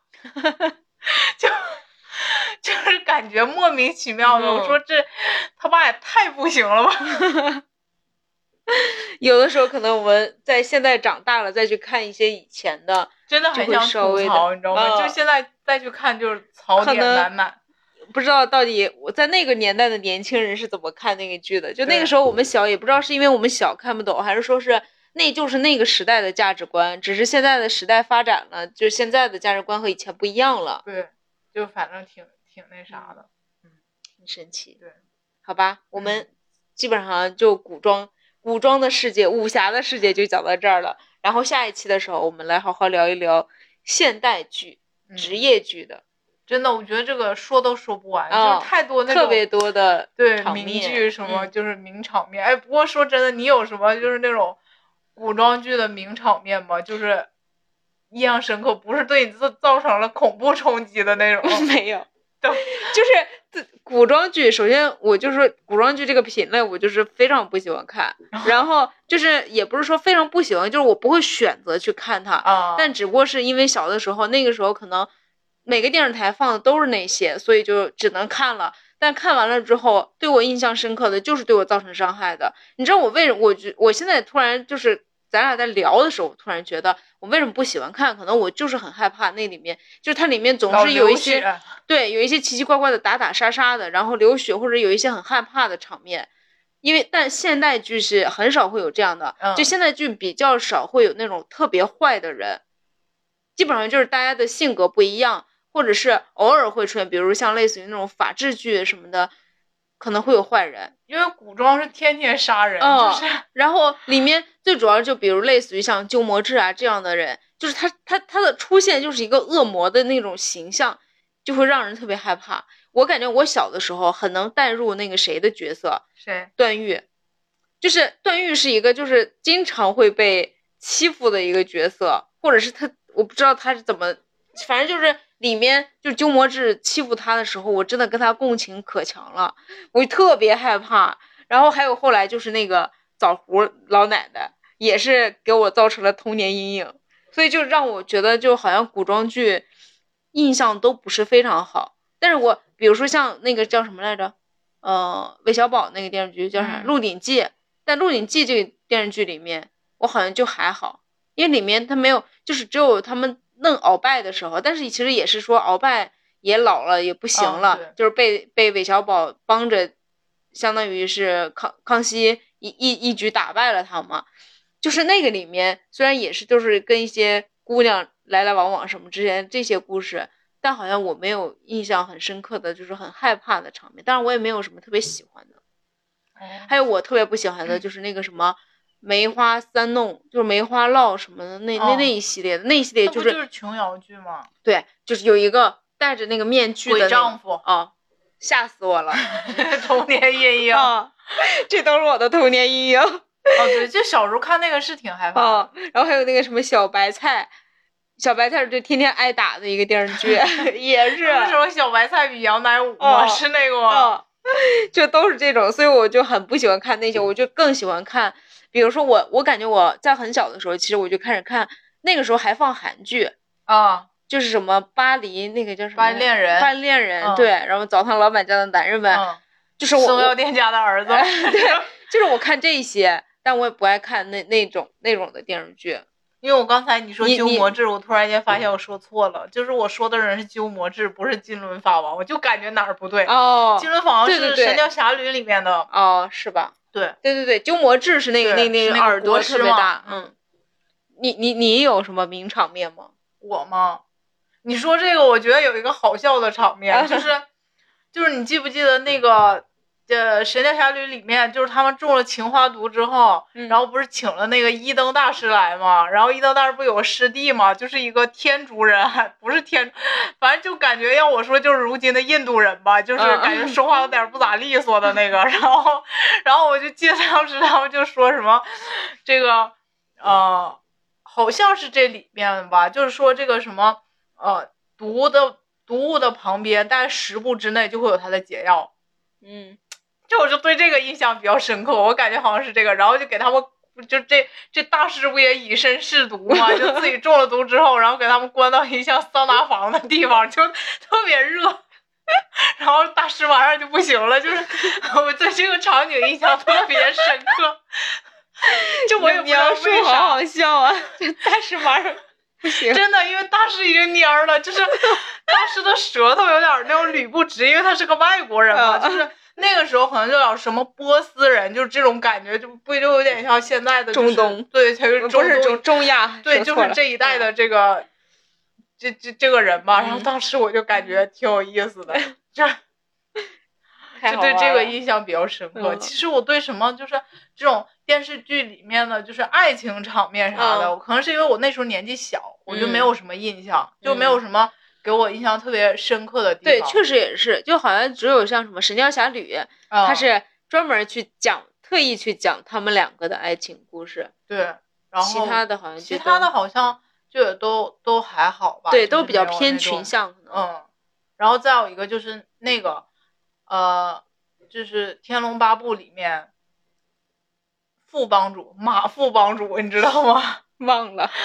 就是感觉莫名其妙的，我说这他爸也太不行了吧。 有的时候可能我们在现在长大了再去看一些以前的， 真的很想吐槽，你知道吗？就现在再去看就是槽点满满。 不知道到底我在那个年代的年轻人是怎么看那个剧的，就那个时候我们小，也不知道是因为我们小看不懂，还是说是那就是那个时代的价值观，只是现在的时代发展了，就现在的价值观和以前不一样了。 对，就反正挺那啥的， 很神奇。 对， 好吧，我们基本上就古装的世界、武侠的世界就讲到这儿了。然后下一期的时候，我们来好好聊一聊现代剧、职业剧的。 真的，我觉得这个说都说不完，就是太多那种特别多的对名剧什么，就是名场面。哎，不过说真的，你有什么就是那种古装剧的名场面吗？就是印象深刻，不是对你造成了恐怖冲击的那种。 没有，就是古装剧。首先，我就是古装剧这个品类，我就是非常不喜欢看。然后就是也不是说非常不喜欢，就是我不会选择去看它。但只不过是因为小的时候，那个时候可能每个电视台放的都是那些，所以就只能看了。但看完了之后，对我印象深刻的就是对我造成伤害的。你知道我为什么？我现在突然就是咱俩在聊的时候，我突然觉得我为什么不喜欢看？可能我就是很害怕那里面，就是它里面总是有一些有一些奇奇怪怪的打杀杀的，然后流血或者有一些很害怕的场面。但现代剧是很少会有这样的，就现代剧比较少会有那种特别坏的人，基本上就是大家的性格不一样。或者是偶尔会出现，比如像类似于那种法制剧什么的，可能会有坏人， 因为古装是天天杀人，就是然后里面最主要就比如类似于像鸠摩智啊这样的人，就是他的出现就是一个恶魔的那种形象，就会让人特别害怕。 我感觉我小的时候很能带入那个谁的角色， 谁？ 段誉，就是段誉是一个就是经常会被欺负的一个角色，或者是他我不知道他是怎么，反正就是里面就是鸠摩智欺负他的时候，我真的跟他共情可强了，我特别害怕。然后还有后来就是那个枣核老奶奶，也是给我造成了童年阴影，所以就让我觉得就好像古装剧印象都不是非常好。但是我比如说像那个叫什么来着，韦小宝那个电视剧叫啥，鹿鼎记。但鹿鼎记这个电视剧里面我好像就还好，因为里面他没有，就是只有他们弄鳌拜的时候，但是其实也是说鳌拜也老了也不行了，就是被韦小宝帮着，相当于是康熙一举打败了他嘛。就是那个里面虽然也是就是跟一些姑娘来来往往什么之前这些故事，但好像我没有印象很深刻的就是很害怕的场面，当然我也没有什么特别喜欢的。还有我特别不喜欢的就是那个什么梅花三弄，就是梅花烙什么的那一系列的，那一系列就是琼瑶剧吗？ 对，就是有一个戴着那个面具的鬼丈夫啊，吓死我了， 童年阴影这都是我的童年阴影。 对，就小时候看那个是挺害怕的。 然后还有那个什么小白菜就天天挨打的一个电视剧也是什么小白菜与杨乃武吗？是那个吗？ 就都是这种，所以我就很不喜欢看那些，我就更喜欢看，比如说我感觉我在很小的时候，其实我就开始看，那个时候还放韩剧啊， 就是什么巴黎那个叫什么巴黎恋人，对，然后澡堂老板家的男人们，就是松药店家的儿子， 对，就是我看这些，但我也不爱看那种的电视剧。 因为我刚才你说鸠摩智，我突然间发现我说错了，就是我说的人是鸠摩智，不是金轮法王，我就感觉哪儿不对。金轮法王是《神雕侠侣》里面的。 是吧？ 对， 鸠摩智是那个耳朵特别大。你有什么名场面吗？ 我吗？你说这个，我觉得有一个好笑的场面，就是你记不记得那个？神雕侠侣里面就是他们中了情花毒之后，然后不是请了那个一灯大师来嘛，然后一灯大师不有个师弟嘛，就是一个天竺人，还不是反正就感觉要我说就是如今的印度人吧，就是感觉说话有点不咋利索的那个，然后我就记得当时他们就说什么这个好像是这里面吧，就是说这个什么毒物的旁边大概10步之内就会有它的解药。我就对这个印象比较深刻，我感觉好像是这个，然后就给他们，就这大师不也以身试毒嘛，就自己中了毒之后，然后给他们关到一像桑拿房的地方，就特别热，然后大师马上就不行了，就是我对这个场景印象特别深刻，就我也不知道为啥， 好好笑啊，这大师马上不行， 真的，因为大师已经蔫了，就是大师的舌头有点那种捋不直，因为他是个外国人嘛，就是那个时候可能就有什么波斯人，就是这种感觉，就有点像现在的、 中东， 对，才是不是中亚， 对，就是这一代的这个这个人吧。然后当时我就感觉挺有意思的，就对这个印象比较深刻。其实我对什么就是这种电视剧里面的就是爱情场面啥的，可能是因为我那时候年纪小，我就没有什么印象，就没有什么给我印象特别深刻的地方。对，确实也是，就好像只有像什么《神雕侠侣》，它是专门去特意去讲他们两个的爱情故事。 对，然后其他的好像就也都还好吧。 对，都比较偏群像。 然后再有一个就是那个就是《天龙八部》里面副帮主马副帮主，你知道吗？ 忘了，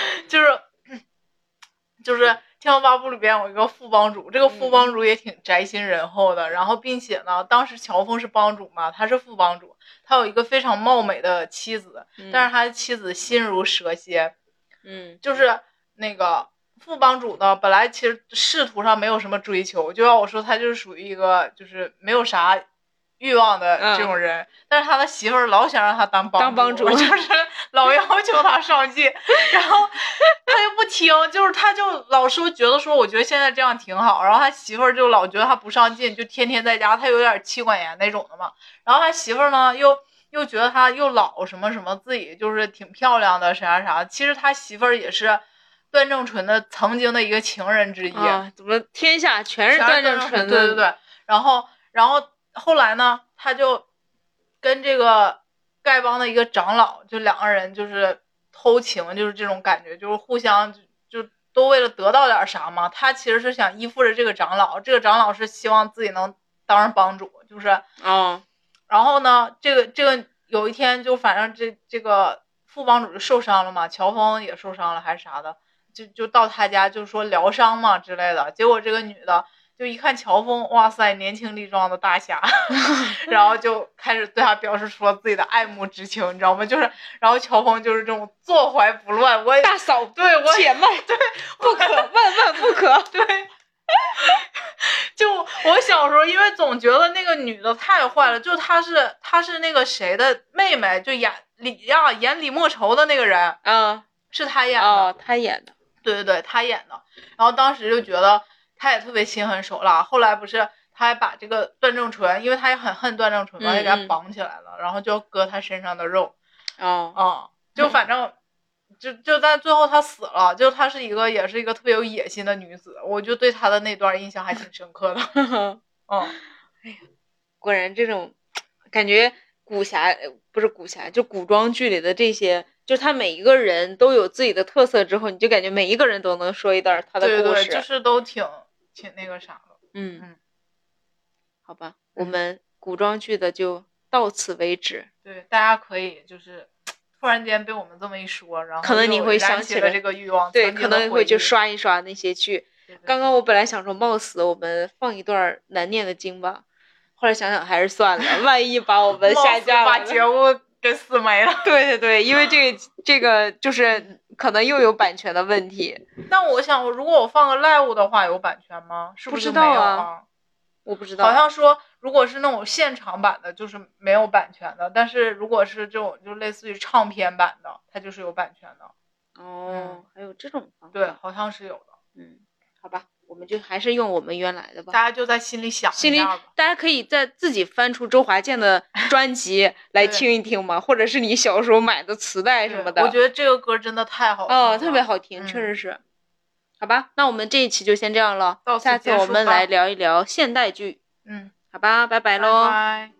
就是《天龙八部》里边有一个副帮主，这个副帮主也挺宅心仁厚的，然后并且呢，当时乔峰是帮主嘛，他是副帮主，他有一个非常貌美的妻子，但是他的妻子心如蛇蝎，就是那个副帮主呢，本来其实仕途上没有什么追求，就要我说他就是属于一个就是没有啥欲望的这种人，但是他的媳妇儿老想让他当帮主，就是老要求他上进，然后他又不听，就是他就老说觉得说我觉得现在这样挺好，然后他媳妇儿就老觉得他不上进，就天天在家，他有点妻管严那种的嘛，然后他媳妇儿呢又觉得他又老什么什么，自己就是挺漂亮的啥啥，其实他媳妇儿也是段正淳的曾经的一个情人之一， 怎么天下全是段正淳的， 对。 然后后来呢，他就跟这个丐帮的一个长老，就两个人就是偷情，就是这种感觉，就是互相就都为了得到点啥嘛。他其实是想依附着这个长老，这个长老是希望自己能当上帮主，就是然后呢，这个有一天就反正这个副帮主就受伤了嘛，乔峰也受伤了还是啥的，就到他家就说疗伤嘛之类的。结果这个女的就一看乔峰，哇塞，年轻力壮的大侠，然后就开始对他表示说自己的爱慕之情，你知道吗？就是然后乔峰就是这种坐怀不乱，我大嫂对我且慢， 对不可万万不可， 对。就我小时候，因为总觉得那个女的太坏了，就她是那个谁的妹妹，就演李莫愁的那个人，是她演的， 她演的， 对，她演的。然后当时就觉得她也特别心狠手辣。后来不是她还把这个段正淳，因为她也很恨段正淳嘛，也给他绑起来了，然后就割他身上的肉，就反正。就但最后她死了，就她也是一个特别有野心的女子，我就对她的那段印象还挺深刻的。 哎呀，果然这种感觉不是古侠，就古装剧里的这些，就是他每一个人都有自己的特色之后，你就感觉每一个人都能说一段他的故事， 对，就是都挺那个啥的。 好吧，我们古装剧的就到此为止。 对，大家可以就是突然间被我们这么一说，然后可能你会想起了这个欲望， 对，可能会去刷一刷那些剧。刚刚我本来想说，冒死我们放一段难念的经吧，后来想想还是算了，万一把我们下架了， 把节目给死没了。 对，因为这个就是可能又有版权的问题。 那我想，如果我放个 live 的话，有版权吗？是不是没有啊？ 我不知道， 好像说如果是那种现场版的，就是没有版权的，但是如果是这种就类似于唱片版的，它就是有版权的。 还有这种方法？ 对，好像是有的。 好吧，我们就还是用我们原来的吧。 大家就在心里想一下吧。 大家可以在自己翻出周华健的专辑来听一听嘛，或者是你小时候买的磁带什么的。 我觉得这个歌真的太好听了。 特别好听，确实是。好吧，那我们这一期就先这样了，下次我们来聊一聊现代剧。 好吧，拜拜喽。 拜拜。